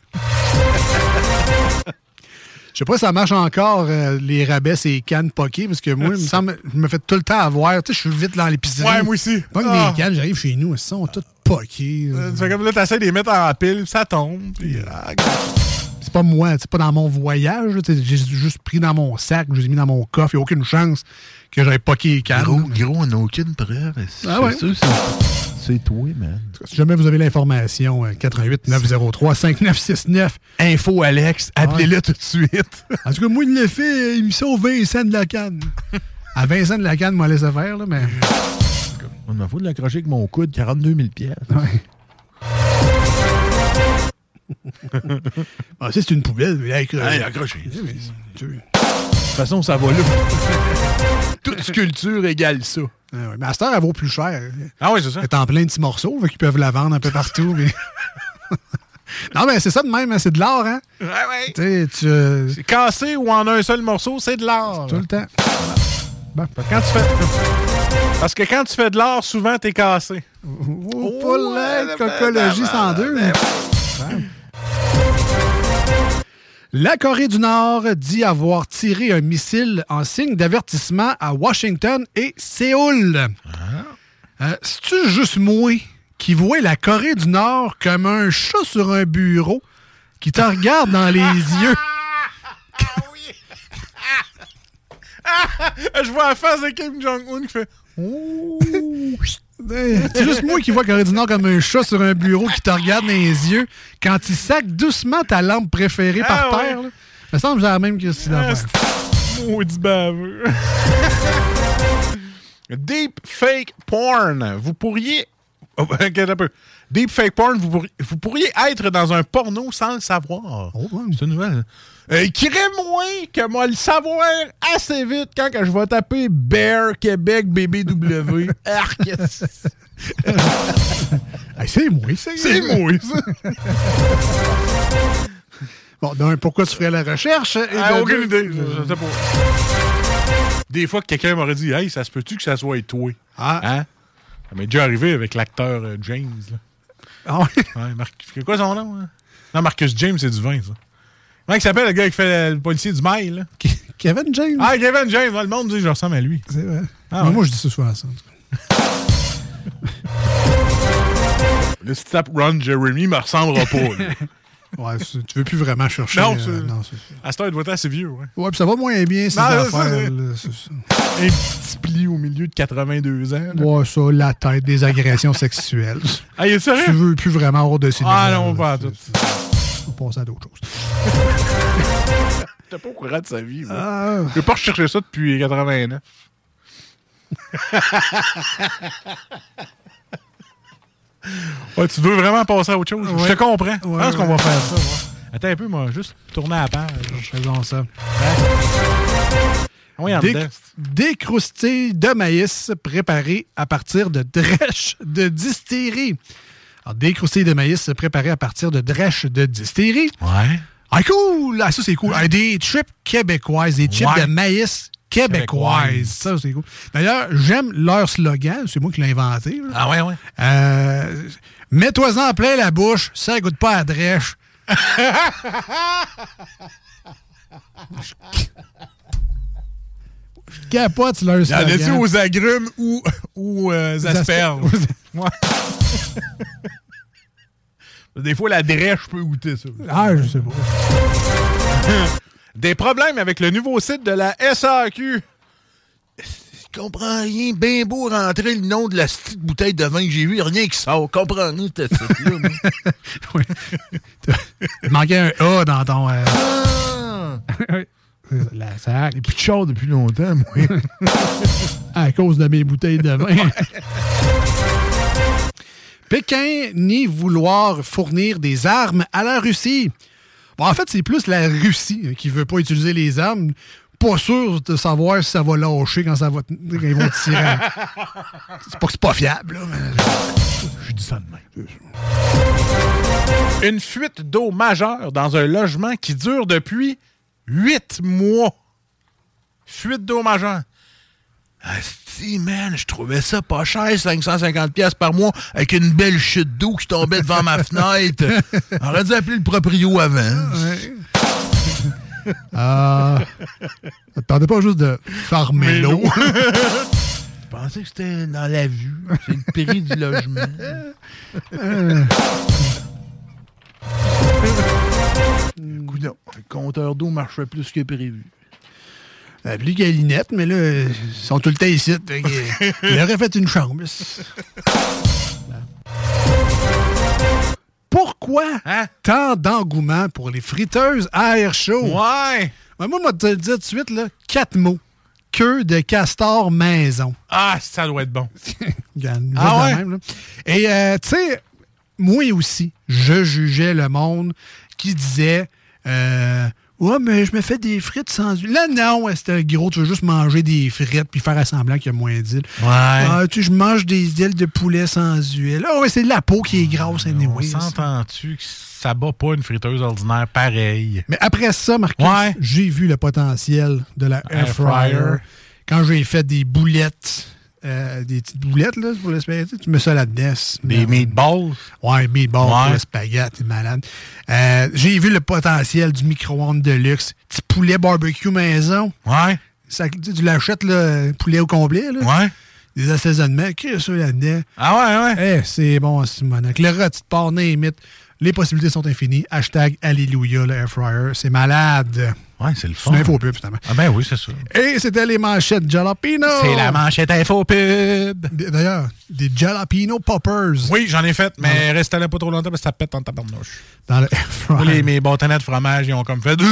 Je sais pas si ça marche encore, euh, les rabais, ces cannes poquées, parce que moi, il me semble, je me fais tout le temps avoir. Tu sais, je suis vite dans l'épicerie.
Ouais, moi aussi.
Pas que
ah.
des cannes, j'arrive chez nous, elles sont toutes poquées.
Euh, tu fais comme là, t'essaies de les mettre en pile, ça tombe. Puis, ah,
c'est pas moi, c'est pas dans mon voyage. J'ai juste pris dans mon sac, je les ai mis dans mon coffre. Il n'y a aucune chance que j'aille poquer les cannes.
Gros, gros, on n'a aucune preuve.
Ah ouais?
C'est sûr, c'est toi, man.
Si jamais vous avez l'information, quatre un huit neuf zéro trois cinq neuf six neuf.
Info Alex, appelez-le ouais. tout de suite.
En tout cas, moi, il l'a fait, il me sauve vingt cents de la canne. À vingt cents de la canne, moi, laissé faire, là, mais.
On m'a foutu de l'accrocher avec mon coude, quarante-deux mille pièces.
Ouais. Ah, ça, c'est une poubelle. Mais accroché.
Hey, accroché.
De
toute façon, ça va là. Toute sculpture égale ça.
Ah ouais, mais à cette heure, elle vaut plus cher.
Ah oui, c'est ça.
Elle est en plein de petits morceaux, fait qu'ils peuvent la vendre un peu partout. Mais... non, mais c'est ça de même, hein, c'est de l'art, hein?
Ouais, ouais.
Tu tu, euh...
C'est cassé ou en un seul morceau, c'est de l'art.
Tout le temps.
Bon. Quand tu fais... Parce que quand tu fais de l'art, souvent, t'es cassé.
Oh, oh pas l'aide, cocologie cent deux. Mais... La Corée du Nord dit avoir tiré un missile en signe d'avertissement à Washington et Séoul. Ah. Euh, C'est-tu juste moi qui vois la Corée du Nord comme un chat sur un bureau qui te regarde dans les yeux?
Je vois la face de Kim Jong-un qui fait...
C'est juste moi qui vois Corée du Nord comme un chat sur un bureau qui te regarde dans les yeux quand il sac doucement ta lampe préférée ah, par
ouais.
terre. Là. Ça me semble que j'ai la même que si
ah, maudit baveux. Deep fake porn. Vous pourriez... Oh, okay, un peu. Deep fake porn, vous pourriez, vous pourriez être dans un porno sans le savoir.
Oh, ouais.
C'est une nouvelle. Euh, Crée-moi que moi le savoir assez vite quand que je vais taper Bear Québec B B W. Arc.
Hey, c'est moi, c'est
C'est moi, ça.
Bon, d'un, pourquoi tu ferais la recherche? Et
ah, aucune
deux,
idée. Je sais pas. Des fois que quelqu'un m'aurait dit « Hey, ça se peut-tu que ça soit toi? »
Ah.
Hein? Ça m'est déjà arrivé avec l'acteur euh, James. Là.
Ah ouais?
Ouais, Mar- c'est quoi son nom? Hein? Non, Marcus James, c'est du vin, ça. Comment il s'appelle, le gars qui fait le policier du mail? Là?
Kevin James?
Ah, Kevin James. Le monde dit que je ressemble à lui.
C'est vrai.
Ah,
moi,
ouais.
moi, je dis ça souvent, ça.
Le step Ron Jeremy me ressemblera pas.
Ouais, tu veux plus vraiment chercher.
Non,
euh,
c'est...
non, c'est...
À cette heure, il doit être assez vieux. Ouais,
ouais puis ça va moins bien, ces
non,
affaires.
Ça,
là, c'est ça.
Un petit pli au milieu de quatre-vingt-deux ans. Là.
Ouais, ça, la tête, des agressions sexuelles.
Ah, il est sérieux?
Tu veux plus vraiment avoir de ces
Ah
nouvelles,
non, pas
là,
tout.
On va passer à d'autres choses.
T'es pas au courant de sa vie.
Ah.
Je vais pas rechercher ça depuis quatre-vingt-neuf. Ouais, tu veux vraiment passer à autre chose?
Ouais.
Je te comprends.
Ouais,
Je pense qu'on
ouais.
va faire ça. Ouais. Attends un peu, moi, juste tourner à la page.
Faisons ça.
Oui, en
Des,
dedans.
des croustilles de maïs préparées à partir de drèches de distillerie. Alors, des croustilles de maïs préparées à partir de drèches de distillerie.
Ouais.
Ah, cool! Ah, ça, c'est cool. Ah, des chips québécoises, des chips
Ouais.
de maïs québécoises.
Québécoises.
Ça, c'est cool. D'ailleurs, j'aime leur slogan. C'est moi qui l'ai inventé. Là.
Ah ouais, ouais.
Euh, Mets-toi-en en plein la bouche, ça goûte pas à drèche. Je capote leur
Il y en
slogan.
a-tu aux agrumes ou aux euh,
Aux
asperges?
asper-
Ouais. Des fois, la drèche peut goûter ça.
Ah, je sais pas.
Des problèmes avec le nouveau site de la S A Q. Je comprends rien. Bien beau rentrer le nom de la petite bouteille de vin que j'ai vu, rien qui sort. Comprends-nous, ce site-là. moi.
Oui. Il manquait un A dans ton... euh,
Ah!
la sac.
J'ai plus de char depuis longtemps, moi.
À cause de mes bouteilles de vin. Pékin nie vouloir fournir des armes à la Russie. Bon, en fait, c'est plus la Russie hein, qui veut pas utiliser les armes. Pas sûr de savoir si ça va lâcher quand, ça va, quand ils vont tirer. C'est pas que c'est pas fiable, là, mais...
Je dis ça de même. Une fuite d'eau majeure dans un logement qui dure depuis huit mois. Fuite d'eau majeure. Asti, man, je trouvais ça pas cher, cinq cent cinquante dollars par mois, avec une belle chute d'eau qui tombait devant ma fenêtre. On aurait dû appeler le proprio avant.
Ouais. Ah. Ça te tentait pas juste de farmer l'eau.
Je pensais que c'était dans la vue. C'est le prix du logement.
Euh.
Coudonc, le compteur d'eau marchait plus que prévu.
Appelez Galinette, mais là, ils sont tout le temps ici. Fait que, il aurait fait une chambre. Pourquoi
Hein?
tant d'engouement pour les friteuses à air chaud?
Ouais!
Ben, moi, je vais te le dire tout de suite, là, quatre mots. Queue de castor maison.
Ah, ça doit être bon.
Regarde, juste
Ah
de
ouais?
même, là. Et, euh, tu sais, moi aussi, je jugeais le monde qui disait... Euh, ouais, mais je me fais des frites sans huile. Là, non, ouais, c'était gros, tu veux juste manger des frites puis faire à semblant qu'il y a moins d'huile.
Ouais.
Ah, tu sais, je mange des ailes de poulet sans huile. Ah, ouais, c'est la peau qui est grasse, anyway.
On s'entend-tu que ça bat pas une friteuse ordinaire pareil?
Mais après ça, Marcus,
Ouais.
j'ai vu le potentiel de la air
Air fryer.
fryer. Quand j'ai fait des boulettes, euh, des petites boulettes là, pour le spaghetti, tu mets ça là-dedans.
Des meatballs?
Ouais, meatballs
Ouais.
pour le spaghetti, t'es malade. Euh, j'ai vu le potentiel du micro-ondes de luxe. Petit poulet barbecue maison.
Ouais.
Ça, tu sais, tu l'achètes, là, poulet au complet. Là.
Ouais.
Des assaisonnements. Qu'est-ce que ça là-dedans?
Ah ouais, ouais.
Eh, c'est bon, Simonac. Le rôti de porc, limite. Les possibilités sont infinies. Hashtag Alléluia, le air fryer. C'est malade.
Ouais, c'est le
C'est
fun.
une info pub, finalement.
Ah ben oui, c'est ça.
Et c'était les manchettes Jalapino.
C'est la manchette info pub.
D'ailleurs, des Jalapino Poppers.
Oui, j'en ai fait, mais restez là pas trop longtemps parce que ça pète en tabarnouche.
Dans le air fryer.
Moi, les, mes bâtonnets de fromage, ils ont comme fait...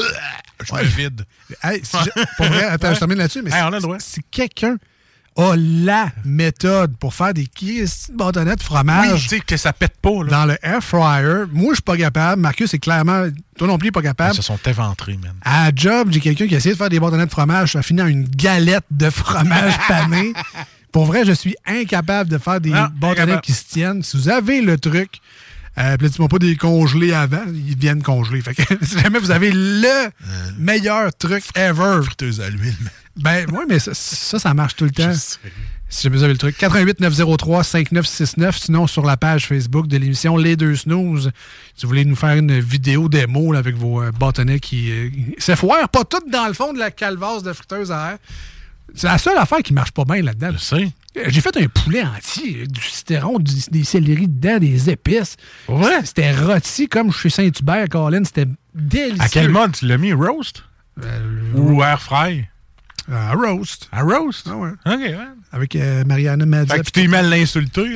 Je
Ouais.
me vide.
Hey, si je- pour vrai, attends,
Ouais.
je termine là-dessus, mais
Hey,
si,
on a le droit.
si quelqu'un a la méthode pour faire des petits bâtonnets de
Oui,
fromage
tu sais que ça pète pas, là.
dans le air fryer, moi, je suis pas capable. Marcus, c'est clairement... Toi non plus, pas capable.
Ils se sont éventrés, man.
À la job, j'ai quelqu'un qui a essayé de faire des bâtonnets de fromage. Ça a fini en une galette de fromage pané. Pour vrai, je suis incapable de faire des
Non,
bâtonnets
incapable.
qui se tiennent. Si vous avez le truc, euh, puis là, dis-moi pas des congelés avant, ils deviennent congelés. Fait que si jamais vous avez le meilleur truc ever.
Friteuse à l'huile, man.
Ben, oui, mais ça, ça, ça marche tout le temps.
Je sais.
Si jamais vous avez le truc. quatre un huit neuf zéro trois cinq neuf six neuf. Sinon, sur la page Facebook de l'émission Les Deux Snooze, si vous voulez nous faire une vidéo démo là, avec vos euh, bâtonnets qui euh, s'effoirent pas toutes dans le fond de la calvasse de friteuse à air. C'est la seule affaire qui marche pas bien là-dedans.
Je sais.
J'ai fait un poulet entier, avec du citron, du- des céleris dedans, des épices.
Ouais.
C'était rôti comme chez Saint-Hubert, Colin. C'était délicieux.
À quel mode tu l'as mis? Roast?
Euh,
Ou air fry?
À roast.
À roast?
Ah ouais.
OK, ouais.
Avec euh, Mariana Mazza.
Fait que tu t'es mal l'insulté, là.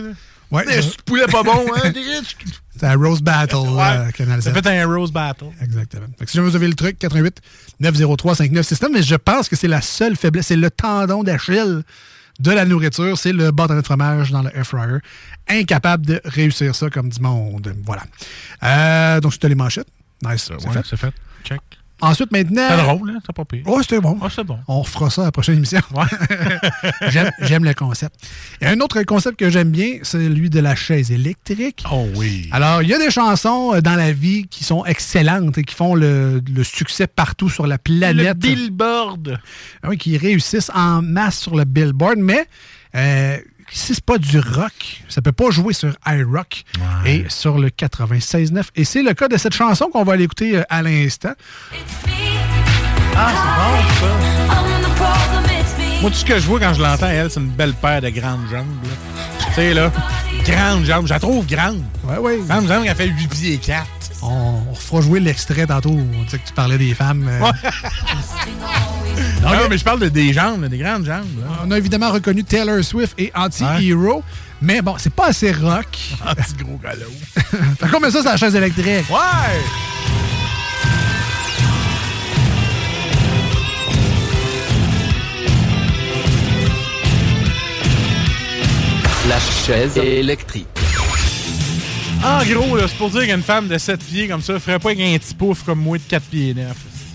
Ouais,
Des
ça-
poulets pas bons, hein?
C'est un Rose Battle,
Ouais.
euh, Canal
Ça
sept.
fait un Rose Battle.
Exactement. Fait que si jamais vous avez le truc, quatre un huit neuf zéro trois cinq neuf six neuf, mais je pense que c'est la seule faiblesse, c'est le tendon d'Achille de la nourriture, c'est le bâtonnet de fromage dans le air fryer. Incapable de réussir ça comme du monde. Voilà. Euh, donc, c'était les manchettes. Nice. C'est
Ouais,
fait.
c'est fait. Check.
Ensuite, maintenant...
C'est drôle, hein? C'est pas pire.
Oh, c'était bon.
Oh, c'est bon.
On refera ça à la prochaine émission. j'aime, j'aime le concept. Et un autre concept que j'aime bien, c'est celui de la chaise électrique.
Oh oui.
Alors, il y a des chansons euh, dans la vie qui sont excellentes et qui font le, le succès partout sur la planète.
Le Billboard.
Ah oui, qui réussissent en masse sur le Billboard, mais euh, si c'est pas du rock, ça peut pas jouer sur iRock et sur le quatre-vingt-seize neuf. Et c'est le cas de cette chanson qu'on va aller écouter euh, à l'instant.
Ah, c'est bon, ça. Moi, tout ce que je vois quand je l'entends, elle, c'est une belle paire de grandes jambes. Tu sais, là, grandes jambes. Je la trouve grande.
Ouais, ouais.
Grande jambe, elle fait huit pieds et quatre.
On, on fera jouer l'extrait tantôt. On disait que tu parlais des femmes. euh.
Ouais. Non, non, mais je parle de des jambes, là, des grandes jambes. Là.
On a évidemment reconnu Taylor Swift et Anti-Hero. Mais bon, c'est pas assez rock.
Anti-gros galop.
Fait qu'on met ça sur la chaise électrique.
Ouais!
La chaise électrique.
En gros, là, c'est pour dire qu'une femme de sept pieds comme ça ferait pas qu'un petit pouf comme moi de quatre pieds neuf.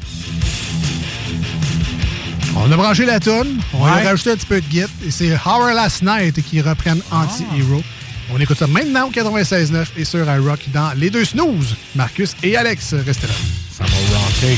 On a branché la toune, on
Ouais.
a rajouté un petit peu de git, et c'est Hour Last Night qui reprennent Anti-Hero. On écoute ça maintenant au quatre-vingt-seize neuf et sur iRock dans Les Deux Snooze. Marcus et Alex, restez là.
Ça va rentrer.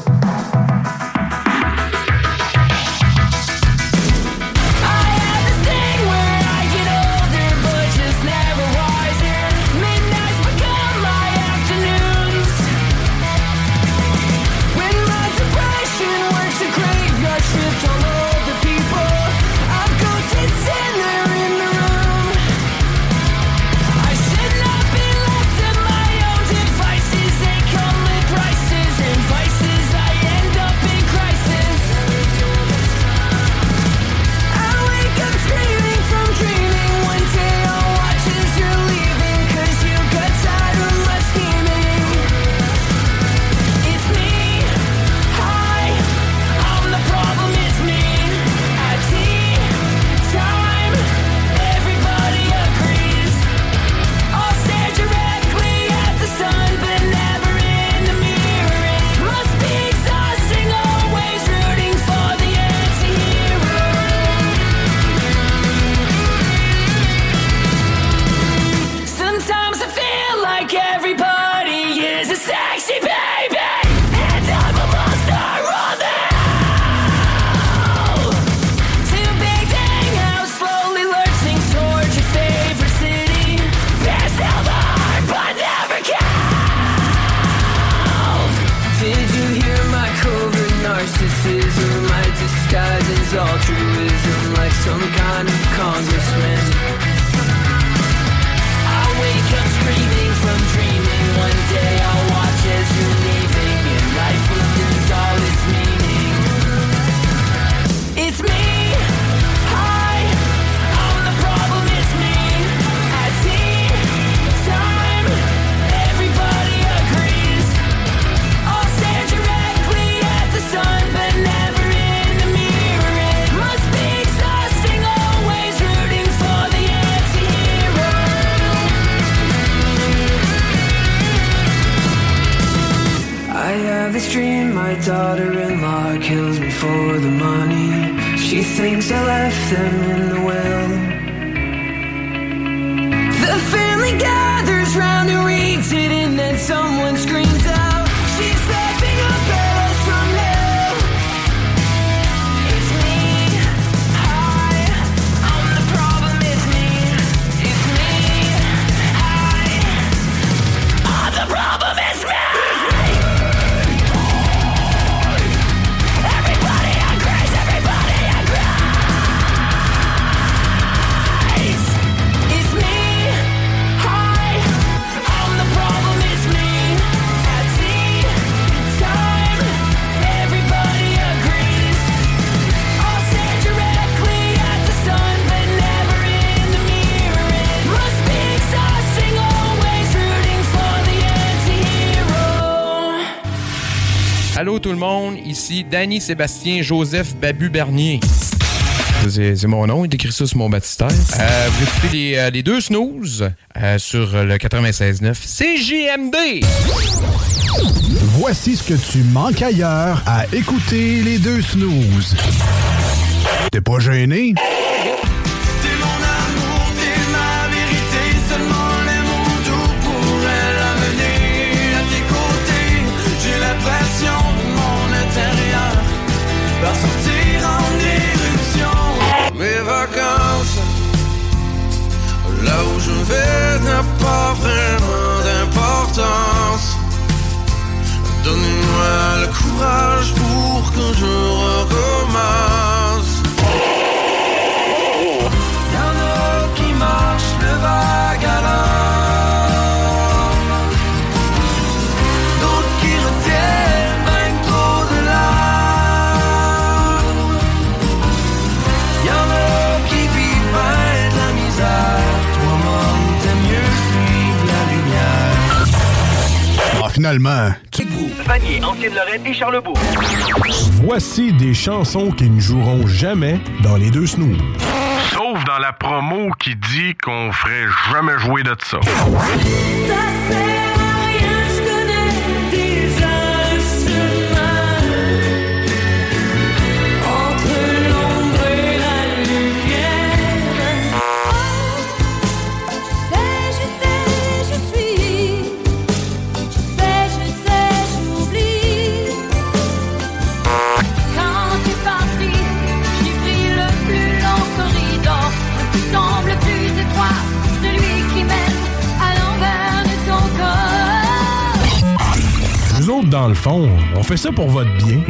altruism like some kind of congressman. I wake up screaming from dreaming. One day I'll watch as you're leaving, and life will lose all its meaning. It's me. Hi, I'm the problem. It's me. At tea time, everybody agrees. I'll stare directly at the sun, but never in the mirror. It must be exhausting, always rooting for the anti-hero. I have this dream, my daughter-in-law kills me for the money. She thinks I left them in the will. The family gathers round and reads it, and then someone screams out, she's laughing up at us from hell. It's me. Hi, I'm the problem. It's me. It's me. Hi, I'm the problem. It's me. Everybody agrees. Everybody agrees. It's me. Hi, I'm the problem. It's me. At tea
allô tout le monde, ici Danny Sébastien Joseph Babu Bernier. C'est, c'est mon nom, il écrit ça sur mon baptistère. Euh, vous écoutez les, euh, les deux snooze euh, sur le quatre-vingt-seize neuf C J M D.
Voici ce que tu manques ailleurs à écouter les deux snooze. T'es pas gêné?
T'es mon amour, t'es ma vérité. Seulement les mots doux pourraient l'amener à tes côtés. J'ai l'impression que mon intérieur va sortir en éruption. Mes vacances, là où je vais, n'a pas vraiment d'importance. Donnez-moi le courage pour que je recommence. Y'en a qui marchent le vague à l'heure, d'autres qui retiennent même trop de l'art. Y'en a qui vivent bien de la misère. Toi, mon, t'aimes mieux suivre la lumière.
Ah, finalement, tu...
Vanier, Ancienne-Lorraine et Charlebourg.
Voici des chansons qui ne joueront jamais dans les deux snooze.
Sauf dans la promo qui dit qu'on ferait jamais jouer de ça.
Nous autres, dans le fond, on fait ça pour votre bien.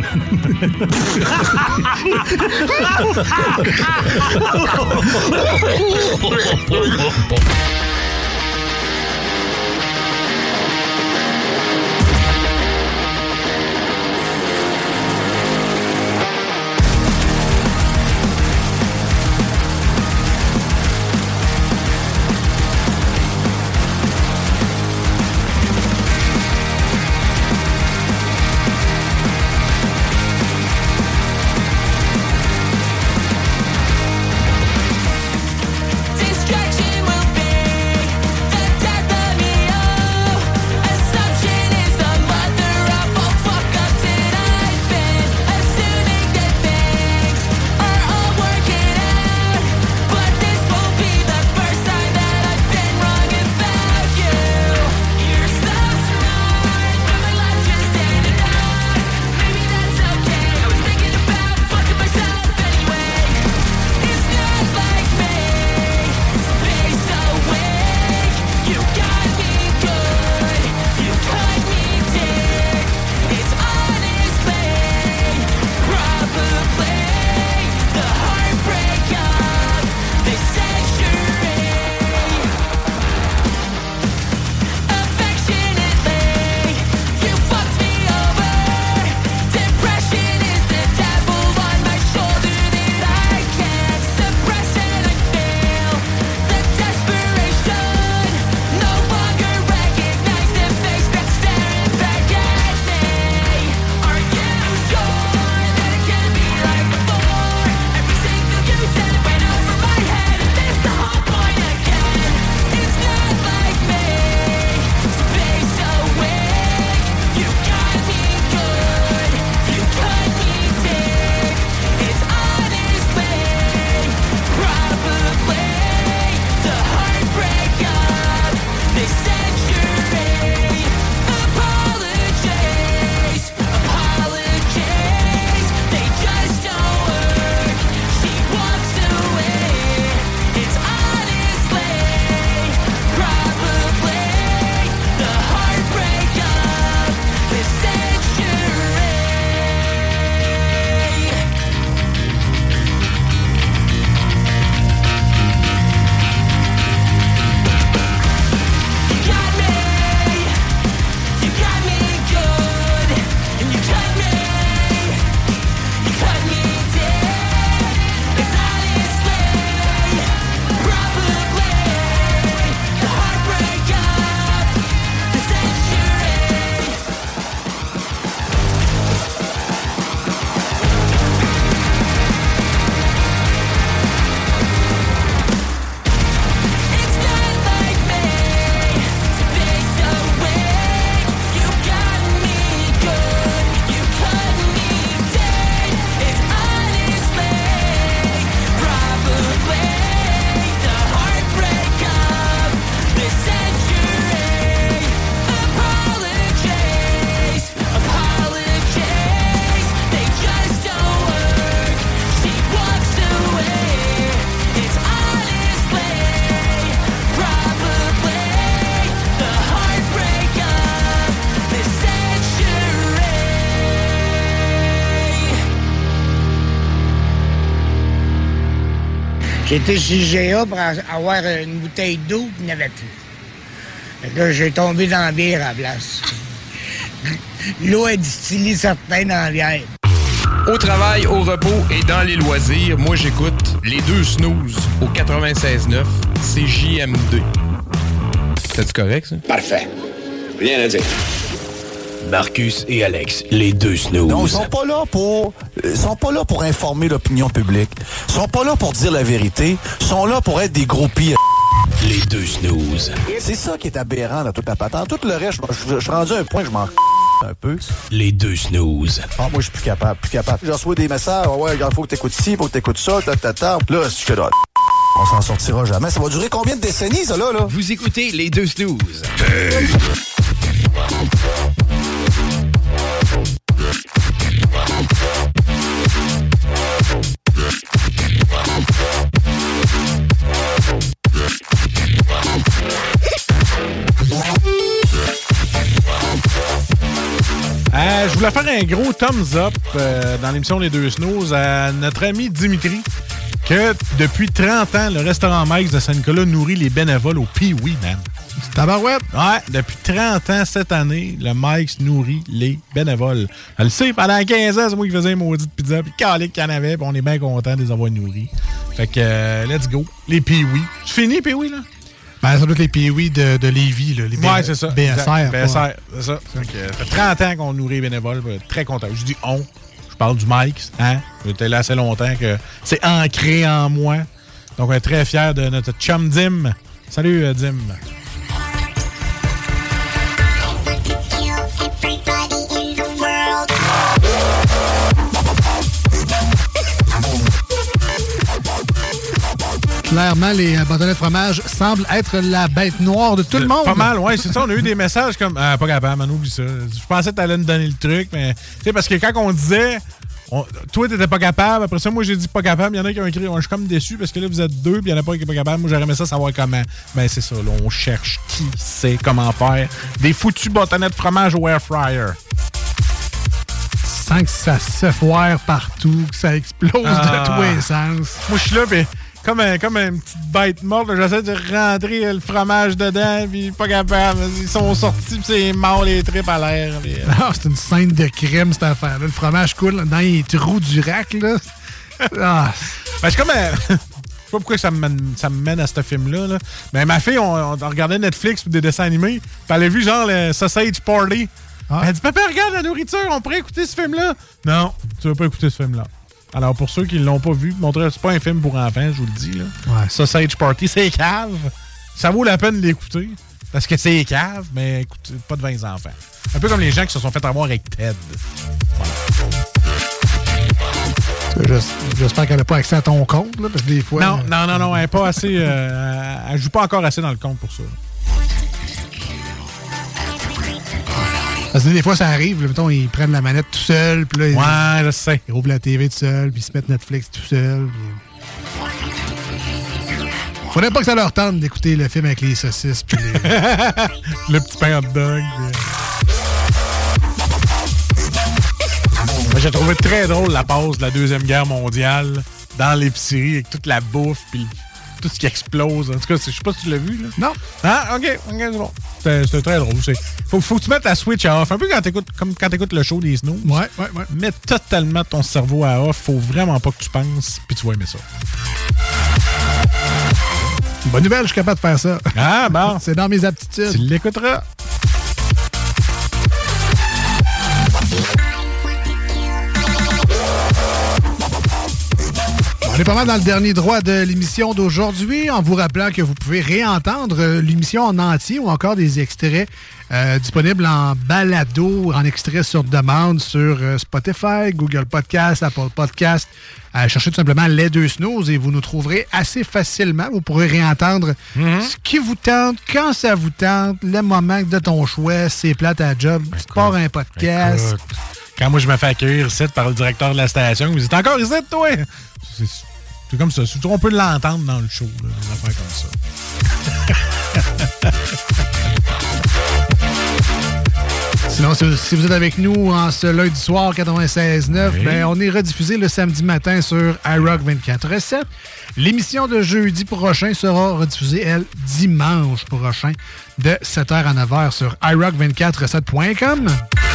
Distraction will be
J'ai été chez I G A pour avoir une bouteille d'eau, puis il n'y en avait plus. Fait que là, j'ai tombé dans la bière à la place. L'eau est distillée certains dans la bière.
Au travail, au repos et dans les loisirs, moi j'écoute les deux snooze au quatre-vingt-seize neuf C J M D. C'est-tu correct, ça?
Parfait. Rien à dire.
Marcus et Alex, les deux snooze.
Non, ils sont pas là pour, ils sont pas là pour informer l'opinion publique. Ils sont pas là pour dire la vérité. Ils sont là pour être des groupies.
Les deux snooze.
C'est ça qui est aberrant dans toute la patente. Tout le reste, je, je, je suis rendu à un point que je m'en un peu.
Les deux snooze.
Ah, moi, je suis plus capable, plus capable. Je reçois des messages. Ah ouais, il faut que t'écoutes ci, faut que t'écoutes ça, ta, ta, ta. Là, c'est que là, on s'en sortira jamais. Ça va durer combien de décennies, ça, là, là?
Vous écoutez les deux snooze.
Hey.
Euh, je voulais faire un gros thumbs up euh, dans l'émission Les Deux Snooze à notre ami Dimitri, que depuis trente ans, le restaurant Mike's de Saint-Nicolas nourrit les bénévoles au Pee-Wee, man.
C'est tabarouette?
Ouais, depuis trente ans cette année, le Mike's nourrit les bénévoles. Elle le sait, pendant quinze ans, c'est moi qui faisais les maudites pizzas, puis calique qu'il y en avait, puis on est bien content de les avoir nourris. Fait que, euh, let's go. Les Pee-Wee. C'est fini, Pee-Wee, là?
Ben, ça doit être les Pee-Wee de, de Lévis, là. Les B-
ouais, c'est ça.
B S R.
B S R, c'est ça. Fait que, ça fait trente ans qu'on nourrit les bénévoles. Très content. Je dis on. Je parle du Mike's. Hein? J'étais là assez longtemps que c'est ancré en moi. Donc, on est très fiers de notre chum Dim. Salut, euh, Dim.
Clairement, les bâtonnets de fromage semblent être la bête noire de tout le monde.
Pas mal, oui. C'est ça, on a eu des messages comme ah, pas capable, man, oublie ça. Je pensais que t'allais nous donner le truc, mais tu sais, parce que quand on disait on, toi, t'étais pas capable, après ça, moi, j'ai dit pas capable, il y en a qui ont écrit, je suis comme déçu parce que là, vous êtes deux, puis il y en a pas qui est pas capable. Moi, j'aurais aimé ça savoir comment. Ben, c'est ça, là, on cherche qui sait comment faire des foutus bâtonnets de fromage au air fryer.
Sans que ça se foire partout, que ça explose ah. de tous les sens.
Moi, je suis là, puis comme, un, comme une petite bête morte, là, j'essaie de rentrer le fromage dedans, puis pas capable. Ils sont sortis, puis c'est mort les tripes à l'air. Puis...
Ah, c'est une scène de crime, cette affaire-là. Le fromage coule dans les trous du rack, là. Ah.
Ben, c'est comme... Un... Je sais pas pourquoi ça me mène, ça me mène à ce film-là. Là. Mais ma fille, on, on regardait Netflix des dessins animés, puis elle a vu genre le Sausage Party. Ah. Elle a dit, papa, regarde la nourriture, on pourrait écouter ce film-là. Non, tu vas pas écouter ce film-là. Alors, pour ceux qui ne l'ont pas vu, montrez, c'est pas un film pour enfants, je vous le dis. Là. Ouais. Sausage Party, c'est cave. Ça vaut la peine de l'écouter, parce que c'est cave, mais écoutez, pas de vingt enfants. Un peu comme les gens qui se sont fait avoir avec Ted.
Voilà. J'espère qu'elle n'a pas accès à ton compte, là, parce que des fois...
Non,
euh...
non, non, non, elle n'est pas assez... Euh, elle joue pas encore assez dans le compte pour ça.
Parce que des fois, ça arrive, là, mettons, ils prennent la manette tout seul, puis là, ils,
ouais, je sais.
Ils rouvrent la T V tout seul, puis ils se mettent Netflix tout seul. Puis... Faudrait pas que ça leur tente d'écouter le film avec les saucisses, puis les...
le petit pain hot dog. Puis... J'ai trouvé très drôle la pause de la Deuxième Guerre mondiale dans l'épicerie avec toute la bouffe, puis tout ce qui explose. En tout cas, je sais pas si tu l'as vu, là.
Non.
Ah, OK. OK, c'est bon. C'était, c'était très drôle. C'est, faut, faut que tu mettes la switch à off. Un peu quand t'écoutes, comme quand t'écoutes le show des Snooze.
Ouais, ouais, ouais.
Mets totalement ton cerveau à off. Faut vraiment pas que tu penses, puis tu vas aimer ça.
Bonne nouvelle, je suis capable de faire ça.
Ah, bon.
C'est dans mes aptitudes.
Tu l'écouteras.
On est pas mal dans le dernier droit de l'émission d'aujourd'hui, en vous rappelant que vous pouvez réentendre l'émission en entier ou encore des extraits euh, disponibles en balado, en extrait sur demande sur euh, Spotify, Google Podcast, Apple Podcast. Euh, cherchez tout simplement Les Deux Snooze et vous nous trouverez assez facilement. Vous pourrez réentendre mm-hmm. ce qui vous tente, quand ça vous tente, le moment de ton choix, c'est plate à job, tu pars un podcast.
Écoute. Quand moi, je me fais accueillir ici par le directeur de la station, il me dit « T'es encore ici, toi? » C'est, c'est comme ça. On peut l'entendre dans le show, là, des affaires comme ça.
Sinon, si, si vous êtes avec nous en ce lundi soir quatre-vingt-seize neuf, oui. ben, on est rediffusé le samedi matin sur iRock vingt-quatre sept. L'émission de jeudi prochain sera rediffusée, elle, dimanche prochain, de sept heures à neuf heures sur i rock vingt-quatre sept point com.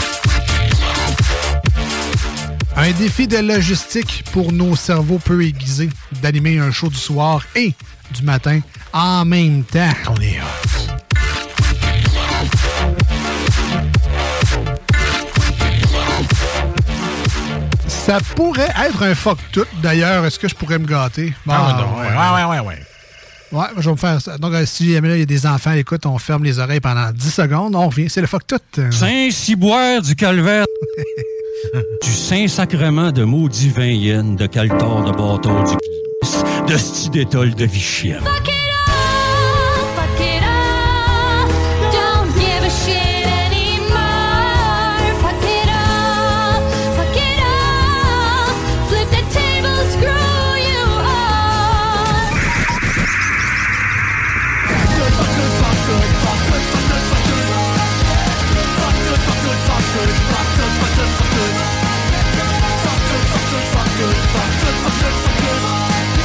Un défi de logistique pour nos cerveaux peu aiguisés d'animer un show du soir et du matin en même temps.
On est hot.
Ça pourrait être un fuck-tout, d'ailleurs. Est-ce que je pourrais me gâter? Bon,
ah, non, ouais, ouais, ouais, ouais, ouais.
Ouais, je vais me faire ça. Donc, si jamais il y a des enfants, écoute, on ferme les oreilles pendant dix secondes, on revient. C'est le fuck-tout.
Saint-Ciboire du Calvaire. Du Saint-Sacrement de maudit vin yen, de Caltor de bâton du de sti d'étole de Vichienne.
Fuck it up, fuck it up. Don't give a shit anymore. Fuck it up, fuck it up. Flip the table, screw you up. Fuck it, fuck it, fuck it, fuck it, fuck it, fuck it. Fuck it, fuck it, fuck it, fuck it, fuck it, fuck it. Fuck it, fuck it, fuck it, fuck it, fuck it, fuck it.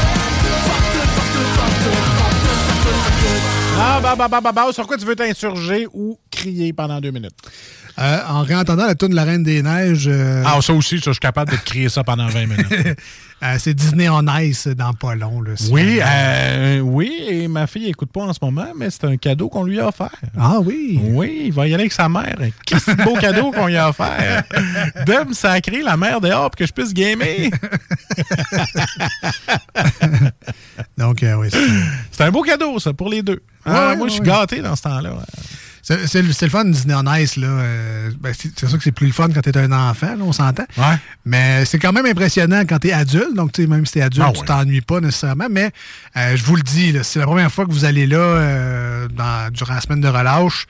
Ah, bah, bah, bah, bah, bah, sur quoi tu veux t'insurger ou crier pendant deux minutes?
Euh, en réentendant la toune La Reine des Neiges... Euh...
Ah, ça aussi, ça, je suis capable de te crier ça pendant vingt minutes.
euh, c'est Disney on Ice dans pas long. Là,
oui, euh, oui, et ma fille écoute pas en ce moment, mais c'est un cadeau qu'on lui a offert.
Ah oui?
Oui, il va y aller avec sa mère. Quel beau cadeau qu'on lui a offert. De me sacrer la mère dehors pour que je puisse gamer.
Donc, euh, oui, c'est...
c'est un beau cadeau, ça, pour les deux.
Ouais,
ah,
ouais,
moi, je suis
ouais.
gâté dans ce temps-là. Ouais.
C'est, c'est, c'est le fun de Disney on Ice, là. Euh, ben, c'est, c'est sûr que c'est plus le fun quand t'es un enfant, là, on s'entend.
Ouais.
Mais c'est quand même impressionnant quand t'es adulte. Donc, tu sais, même si t'es adulte,
ah,
tu
ouais.
t'ennuies pas nécessairement. Mais euh, je vous le dis, là, c'est la première fois que vous allez là euh, dans, durant la semaine de relâche.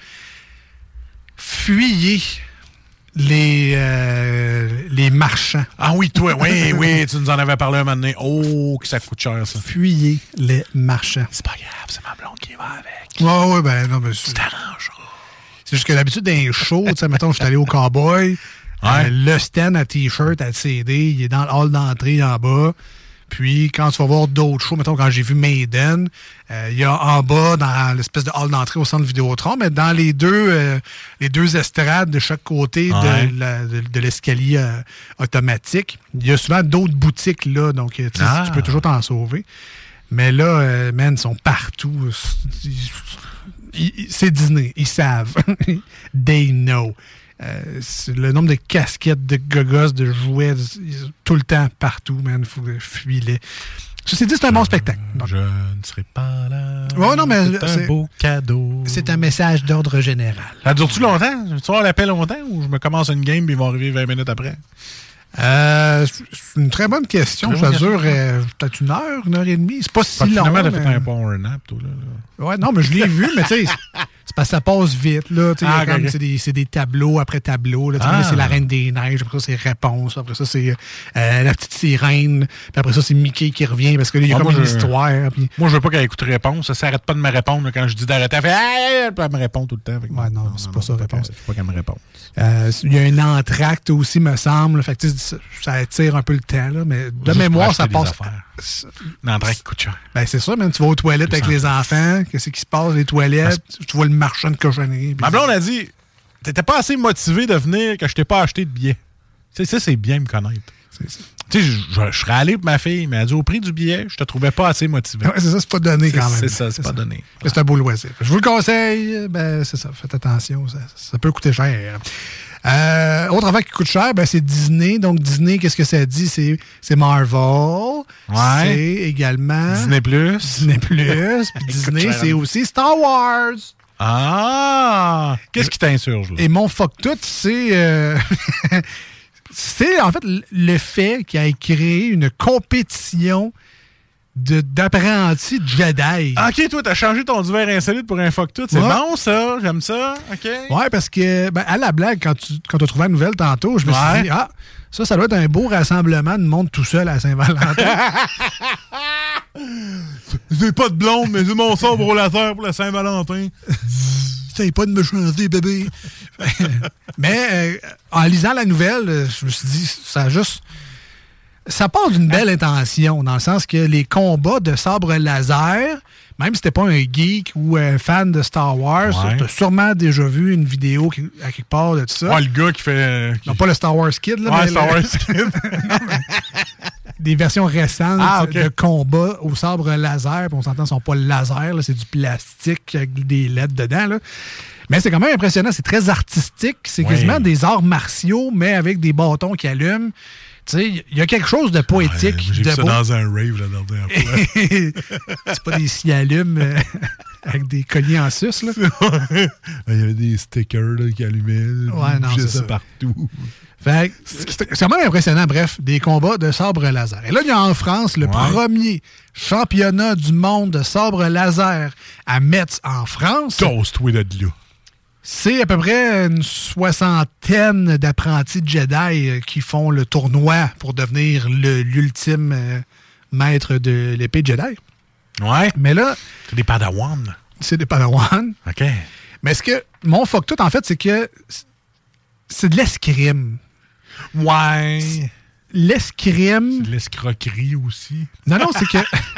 Fuyez les, euh, les marchands.
Ah oui, toi, oui, oui, tu nous en avais parlé un moment donné. Oh, que ça coûte cher, ça.
Fuyez les marchands.
C'est pas grave, c'est ma blonde qui va avec.
Ouais, ouais, ben non, mais...
Tu t'arrangeras.
C'est juste que d'habitude, dans les shows, tu sais, mettons, je suis allé au Cowboy,
ouais.
euh, le stand à T-shirt, à C D, il est dans le hall d'entrée en bas. Puis, quand tu vas voir d'autres shows, mettons, quand j'ai vu Maiden, euh, il y a en bas, dans l'espèce de hall d'entrée au centre Vidéotron, mais dans les deux euh, les deux estrades de chaque côté ouais. de, la, de, de l'escalier euh, automatique, il y a souvent d'autres boutiques là, donc ah. tu peux toujours t'en sauver. Mais là, euh, man, ils sont partout. Ils, c'est Disney, ils savent. They know. Euh, le nombre de casquettes, de gogos, de jouets, de, tout le temps, partout, man, il faut fuir-les. Ceci dit, c'est un je, bon spectacle. Donc.
Je ne serai pas là.
Ouais, non, mais
c'est un c'est, beau cadeau.
C'est un message d'ordre général.
Ça dure-tu longtemps? Tu vas la paix longtemps ou je me commence une game et ils vont arriver vingt minutes après?
Euh, c'est une très bonne question. Très ça bonne dure euh, peut-être une heure, une heure et demie. C'est pas si long.
Finalement, t'as
mais...
fait un power nap, toi, là. là.
Ouais, non, mais je l'ai vu, mais tu sais, c'est parce que ça passe vite, là. Ah, comme, okay. c'est, des, c'est des tableaux après tableaux. Là, ah. là, c'est la Reine des Neiges, après ça, c'est Réponse, après ça, c'est euh, la petite sirène, puis après ça, c'est Mickey qui revient, parce qu'il y a ah, comme une je... histoire. Puis...
Moi, je veux pas qu'elle écoute Réponse. Ça s'arrête pas de me répondre là, quand je dis d'arrêter. Elle fait hey! Puis elle me répond tout le temps. Fait que,
ouais, non, non, c'est non, pas non, ça, Réponse.
C'est pas qu'elle me réponde.
Il euh, y a un entracte aussi, me semble. Fait que, ça, ça attire un peu le temps, là, mais de Juste mémoire, ça passe.
L'entracte qui coûte cher.
Ben, c'est ça, même tu vas aux toilettes avec les enfants, qu'est-ce qui se passe, les toilettes, Parce... tu vois le marchand de cochonnerie.
Ma blonde a dit, t'étais pas assez motivé de venir que je t'ai pas acheté de billets. Tu sais, ça, c'est bien me connaître. C'est ça. Tu sais, je, je serais allé pour ma fille, mais elle a dit au prix du billet, je te trouvais pas assez motivé.
Ouais, c'est ça, c'est pas donné
c'est,
quand même.
C'est ça, c'est, c'est
pas
ça. donné.
Mais c'est un beau loisir. Je vous le conseille, ben, c'est ça, faites attention, ça, ça peut coûter cher. Euh, autre affaire qui coûte cher, ben, c'est Disney. Donc, Disney, qu'est-ce que ça dit? C'est, c'est Marvel.
Ouais.
C'est également...
Disney Plus.
Disney Plus. Puis Disney, c'est aussi Star Wars.
Ah! Qu'est-ce qui t'insurge, là?
Et mon fuck-tout, c'est... Euh... c'est, en fait, le fait qu'il ait créé une compétition de, d'apprentis Jedi.
OK, toi, t'as changé ton divers insolite pour un fuck-tout. C'est ouais. bon, ça. J'aime ça. OK.
Ouais, parce que, ben, à la blague, quand tu quand t'as trouvé la nouvelle tantôt, je me ouais. suis dit, ah, ça, ça doit être un beau rassemblement de monde tout seul à Saint-Valentin.
J'ai pas de blonde, mais j'ai mon sabre roulateur pour la Saint-Valentin.
T'as pas de méchanceté, bébé. Mais euh, en lisant la nouvelle, euh, je me suis dit, ça a juste... Ça part d'une belle intention, dans le sens que les combats de sabre laser, même si t'es pas un geek ou un fan de Star Wars,
Ouais.
t'as sûrement déjà vu une vidéo qui- à quelque part de tout ça.
Ouais, le gars qui fait...
Non, pas le Star Wars Kid, là,
Ouais,
mais
Star
le-
Wars Kid.
Non, mais des versions récentes
Ah, ok.
de combats au sabre laser. Puis on s'entend, ils sont pas laser, là, c'est du plastique avec des L E D dedans. Là. Mais c'est quand même impressionnant. C'est très artistique. C'est
Ouais.
quasiment des arts martiaux, mais avec des bâtons qui allument. Tu sais, il y a quelque chose de poétique.
Ouais, j'ai
de
vu ça
beau.
dans un rave la dernière fois.
C'est pas des scie allumes euh, avec des colliers en sus, là.
Il y avait des stickers là, qui allumaient.
Ouais, non,
bougeaient
c'est
ça
ça.
partout.
Fait que c'est c'est quand même impressionnant, bref, des combats de sabre laser. Et là, il y a en France le
Ouais.
premier championnat du monde de sabre laser à Metz, en France.
Toast-toi de là.
C'est à peu près une soixantaine d'apprentis Jedi euh, qui font le tournoi pour devenir le- l'ultime euh, maître de l'épée Jedi.
Ouais.
Mais là...
C'est des padawans.
C'est des padawans.
OK.
Mais ce que... Mon fuck tout, en fait, c'est que c'est de l'escrime.
Ouais.
L'escrime...
C'est de l'escroquerie aussi.
Non, non, c'est que...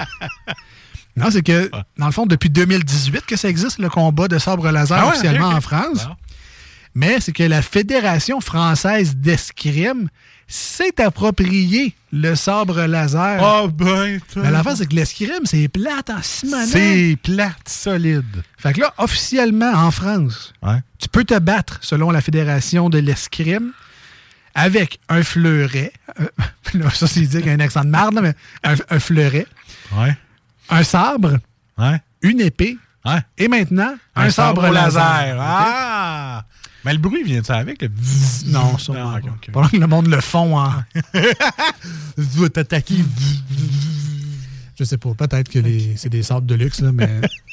Non, c'est que, dans le fond, depuis deux mille dix-huit que ça existe, le combat de sabre laser
Ah ouais,
officiellement
ok, ok.
en France.
Bon.
Mais c'est que la Fédération française d'escrime s'est approprié le sabre laser.
Ah ben,
Mais l'affaire, c'est que l'escrime, c'est plate en Simonet.
c'est plate, solide.
Fait que là, officiellement, en France,
Ouais.
tu peux te battre, selon la Fédération de l'escrime, avec un fleuret. Euh, là, ça, c'est dire qu'il y a un accent de marde, là, mais un, un fleuret.
Ouais.
Un sabre,
Ouais.
une épée,
Ouais.
et maintenant, un,
Un
sabre,
sabre
laser.
laser.
OK?
Ah! Mais le bruit vient de ça avec? Le...
Non, sûrement
Ah,
pas.
ok, ok.
Pendant que le monde le font en...
Tu vas t'attaquer.
Je sais pas, peut-être que les- c'est des sabres de luxe, là, mais...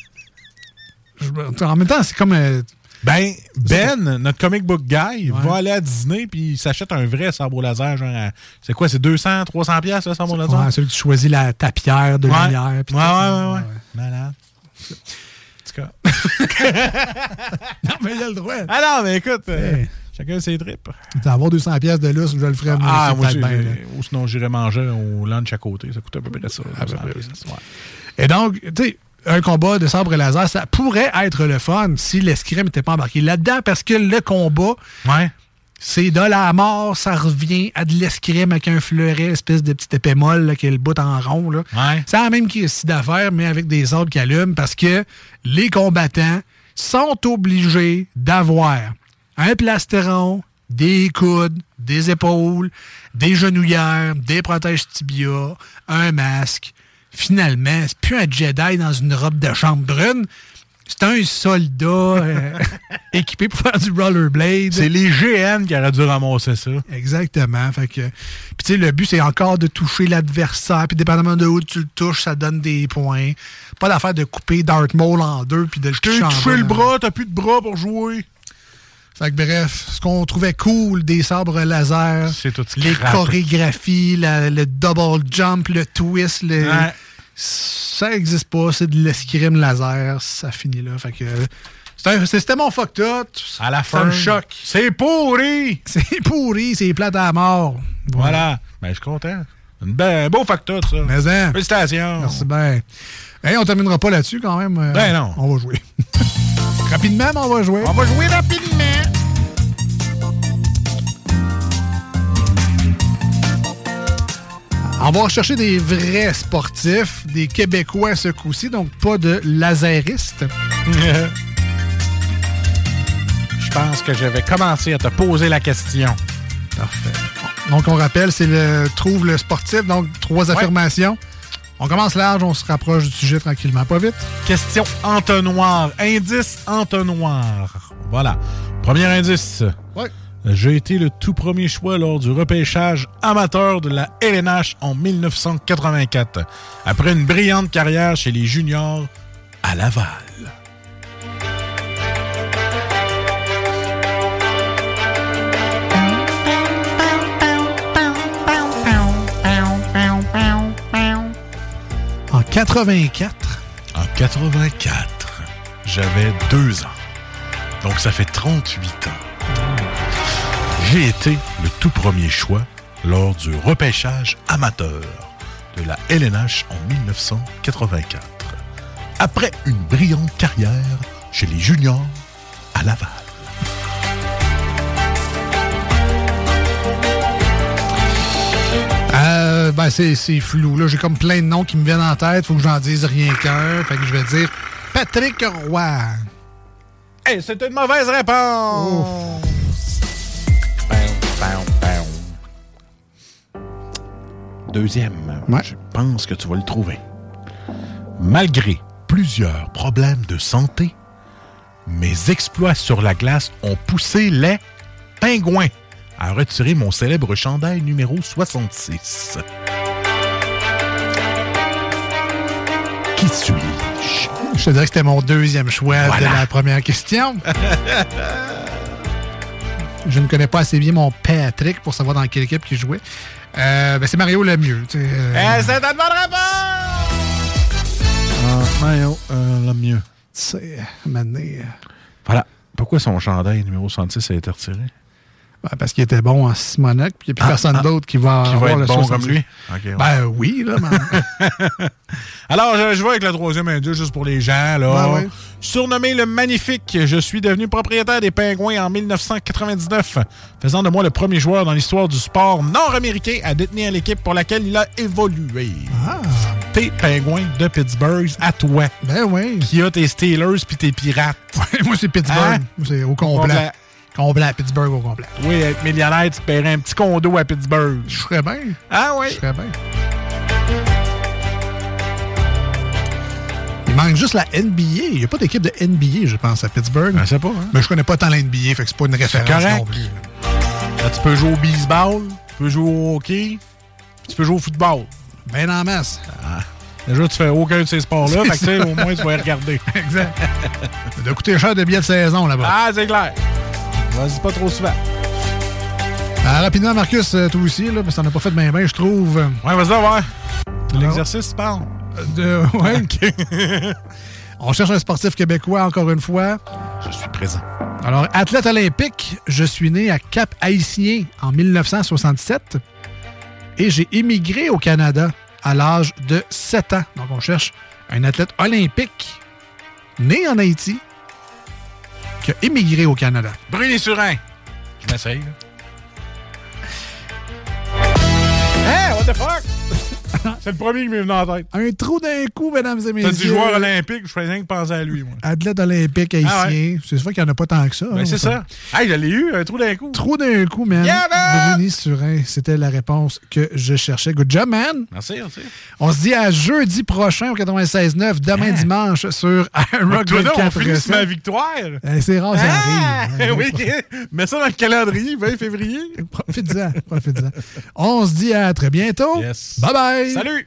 Je- En même temps, c'est comme... euh,
Ben, Ben, notre comic book guy,
Ouais.
va aller à Disney puis il s'achète un vrai sabre laser. Genre, à- c'est quoi, c'est deux cents, trois cents piastres, le sabre laser?
ouais, celui que tu choisis la tapière de
Ouais.
lumière. puis
Ouais,
tout
ouais,
ça.
ouais, ouais. Malade. En tout cas.
Non, mais il a le droit.
Ah non, mais écoute, euh,
Hey.
chacun ses tripes.
Tu vas avoir deux cents piastres de lousse, je le ferais.
Ah,
c'est
moi,
peut-être
j'ai-
bien, là.
ou sinon j'irais manger au lunch à côté. Ça coûte à peu près ça.
À peu
deux cents
près,
piastres. Ouais.
Et donc, tu sais, un combat de sabre laser, ça pourrait être le fun si l'escrime n'était pas embarqué là-dedans, parce que le combat,
Ouais.
c'est de la mort, ça revient à de l'escrime avec un fleuret, espèce de petite épée molle là, qui a le bout en rond. Là.
Ouais.
C'est la même ici d'affaires, mais avec des ordres qui allument, parce que les combattants sont obligés d'avoir un plastron, des coudes, des épaules, des genouillères, des protèges tibia, un masque. Finalement, c'est plus un Jedi dans une robe de chambre brune. C'est un soldat euh, équipé pour faire du rollerblade.
C'est les G N qui auraient dû ramasser ça.
Exactement. Fait que, puis tu sais, le but, c'est encore de toucher l'adversaire. Puis dépendamment de où tu le touches, ça donne des points. Pas d'affaire de couper Darth Maul en deux puis de le toucher
T'as
en
touché
bas,
le
là.
bras, t'as plus de bras pour jouer.
Fait que bref, ce qu'on trouvait cool des sabres laser,
C'est tout
les
scrap.
chorégraphies, la- le double jump, le twist, le...
Ouais.
ça n'existe pas. C'est de l'escrime laser. Ça finit là. Fait que c'est un- c'était mon fuck tout.
À la
Ça
fin.
me choque.
C'est pourri!
C'est pourri, c'est plate à mort.
Voilà. Ben, je suis content. Un ben, beau facteur, ça.
Mais hein,
Félicitations.
merci bien. Hey, on terminera pas là-dessus quand même. Euh,
Ben non.
On va jouer. Rapidement, mais on va jouer.
On va jouer rapidement.
On va rechercher des vrais sportifs, des Québécois ce coup-ci, donc pas de laseristes.
Je pense que je vais commencer à te poser la question.
Parfait. Donc, on rappelle, c'est le trouve le sportif, donc trois
Ouais.
affirmations. On commence large, on se rapproche du sujet tranquillement, pas vite.
Question entonnoir. Indice entonnoir. Voilà. Premier indice.
Ouais.
J'ai été le tout premier choix lors du repêchage amateur de la L N H en dix-neuf cent quatre-vingt-quatre, après une brillante carrière chez les juniors à Laval.
En quatre-vingt-quatre.
En quatre-vingt-quatre, j'avais deux ans. Donc ça fait trente-huit ans. J'ai été le tout premier choix lors du repêchage amateur de la L N H en dix-neuf cent quatre-vingt-quatre. Après une brillante carrière chez les juniors à Laval.
Euh, ben, c'est, c'est flou. Là. J'ai comme plein de noms qui me viennent en tête. Faut que j'en dise rien qu'un. Fait que je vais dire Patrick Roy.
Hey, c'est une mauvaise réponse! Bam, bam, bam. Deuxième.
Ouais.
Je pense que tu vas le trouver. Malgré plusieurs problèmes de santé, mes exploits sur la glace ont poussé les Pingouins à retirer mon célèbre chandail numéro soixante-six. Qui suis-je?
Je te dirais que c'était mon deuxième choix
Voilà.
de la première question. Je ne connais pas assez bien mon Patrick pour savoir dans quelle équipe il jouait. Euh, ben c'est Mario Lemieux. Tu sais, euh...
Eh, c'est une bonne réponse! Ah, Mario euh, Lemieux.
Tu sais, maintenant... euh,
Voilà. Pourquoi son chandail numéro soixante-six a été retiré?
Ben, parce qu'il était bon en Simonac, puis il n'y a plus
Ah,
personne
ah,
d'autre qui va
qui va
avoir
être
le
bon
soixante-six.
comme lui? Okay, ouais.
Ben oui, là, mais...
Alors, je, je vais avec le troisième indice, juste pour les gens, là.
Ouais, ouais.
Surnommé le Magnifique, je suis devenu propriétaire des Pingouins en dix-neuf cent quatre-vingt-dix-neuf, faisant de moi le premier joueur dans l'histoire du sport nord-américain à détenir l'équipe pour laquelle il a évolué.
Ah.
Tes Pingouins de Pittsburgh, à toi.
Ben oui.
Qui a tes Steelers puis tes Pirates.
Ouais, moi, c'est Pittsburgh.
Hein?
Moi, c'est au complet.
Complet.
Complet, à Pittsburgh au complet.
Oui, être millionnaire, tu paierais un petit condo à Pittsburgh.
Je ferais bien.
Ah oui?
Je ferais bien. Il manque juste la N B A. Il n'y a pas d'équipe de N B A, je pense, à Pittsburgh.
Je sais pas. Hein?
Mais je connais pas tant la N B A, fait que c'est pas une référence
correct.
non plus.
Là, tu peux jouer au baseball, tu peux jouer au hockey, puis tu peux jouer au football.
Ben en masse.
Ah. Déjà, tu fais aucun de ces sports-là, fait que tu sais, au moins, tu vas y regarder.
Exact. Ça doit coûter cher de billets de saison là-bas.
Ah, c'est clair. Vas-y pas trop souvent.
Ah, rapidement, Marcus, euh, toi aussi, là, parce que t'en as pas fait de bien, bien, je trouve.
Ouais, vas-y, ouais. L'exercice, tu parles.
De... Ouais. OK. On cherche un sportif québécois, encore une fois.
Je suis présent.
Alors, athlète olympique, je suis né à Cap-Haïtien en dix-neuf cent soixante-sept et j'ai émigré au Canada à l'âge de sept ans. Donc, on cherche un athlète olympique né en Haïti qui a émigré au Canada.
Bruni-Surin. Je m'essaye. Hein? What the fuck? C'est le premier qui m'est venu en tête.
Un trou d'un coup, mesdames et messieurs.
T'as dit joueur olympique, je faisais rien que penser à lui, moi.
Athlète olympique haïtien.
Ah ouais.
C'est vrai qu'il n'y en a pas tant que ça.
Ben,
hein,
c'est
ça.
ça. Hey, je l'ai eu, un trou d'un coup.
Trou d'un coup, man.
Yeah, man!
Bruni-Surin, c'était la réponse que je cherchais. Good job, man.
Merci, merci.
On se dit à jeudi prochain au quatre-vingt-seize neuf, demain
Hein?
dimanche sur Rock
Toi, non, on
vingt-quatre.
finit sur ma victoire.
Eh, c'est rare, ça
Ah!
arrive.
Oui, mets ça dans le calendrier, vingt février.
Profite-en, profite-en. On se dit à très bientôt.
Yes.
Bye bye.
Salut.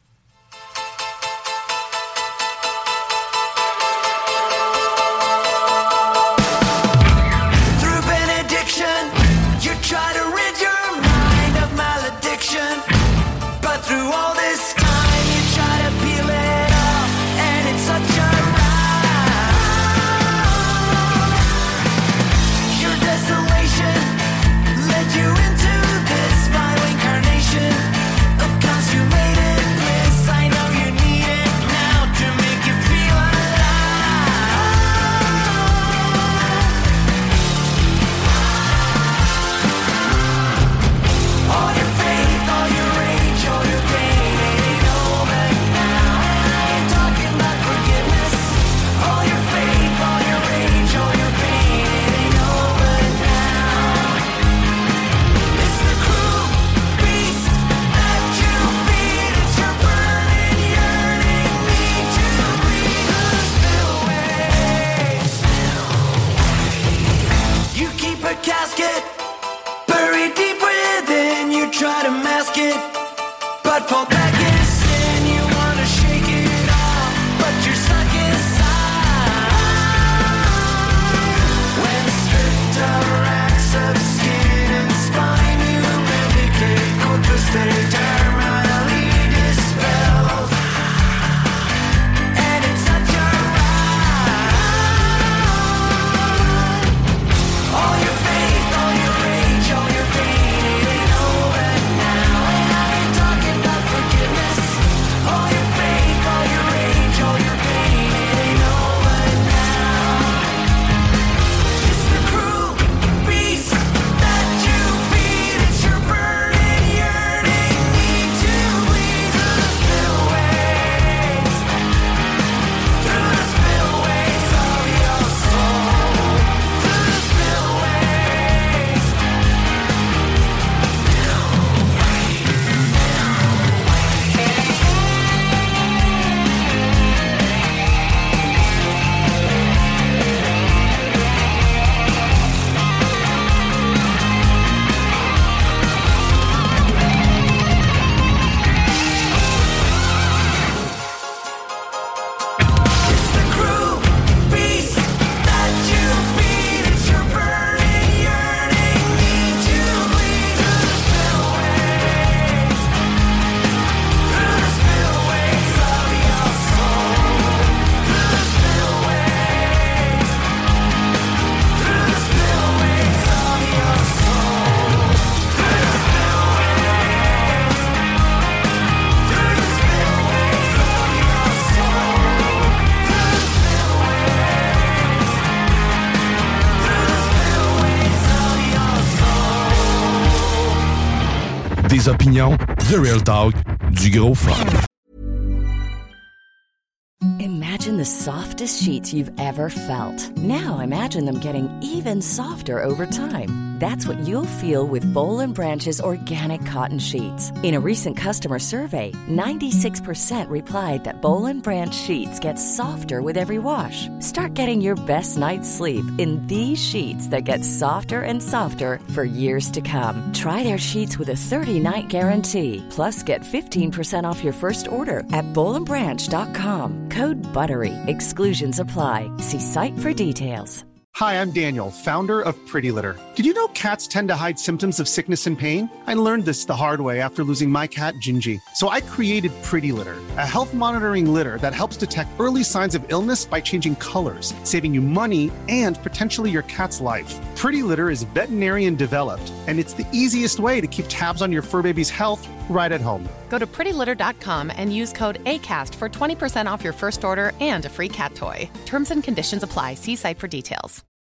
Through benediction, you try to rid your mind of malediction. But through all this time, you try to peel it off, and it's such a ride. Your desolation led you into this vile incarnation of consummated bliss. I know you need it now to make you feel alive. All your faith, all your rage, all your pain, it ain't over now. I ain't talking about forgiveness. All your faith, all your rage, all your pain, it ain't over now. It's the cruel beast that you feed. It's your burning, yearning need to breathe the spill away. You keep a casket buried deep within, you try to mask it, but fall back in sin. You wanna shake it off, but you're stuck inside. When stripped of racks of skin and spine, you medicate, go twisted, terminally dispelled. And it's such a ride. All your faith, all your rage, all
vraies opinions, The Real Talk, du gros fun.
Imagine the softest sheets you've ever felt. Now imagine them getting even softer over time. That's what you'll feel with Boll and Branch's organic cotton sheets. In a recent customer survey, ninety-six percent replied that Boll and Branch sheets get softer with every wash. Start getting your best night's sleep in these sheets that get softer and softer for years to come. Try their sheets with a thirty-night guarantee. Plus, get fifteen percent off your first order at boll and branch dot com. Code BUTTERY. Exclusions apply. See site for details.
Hi, I'm Daniel, founder of Pretty Litter. Did you know cats tend to hide symptoms of sickness and pain? I learned this the hard way after losing my cat, Gingy. So I created Pretty Litter, a health monitoring litter that helps detect early signs of illness by changing colors, saving you money and potentially your cat's life. Pretty Litter is veterinarian developed, and it's the easiest way to keep tabs on your fur baby's health right at home.
Go to pretty litter dot com and use code ACAST for twenty percent off your first order and a free cat toy. Terms and conditions apply. See site for details.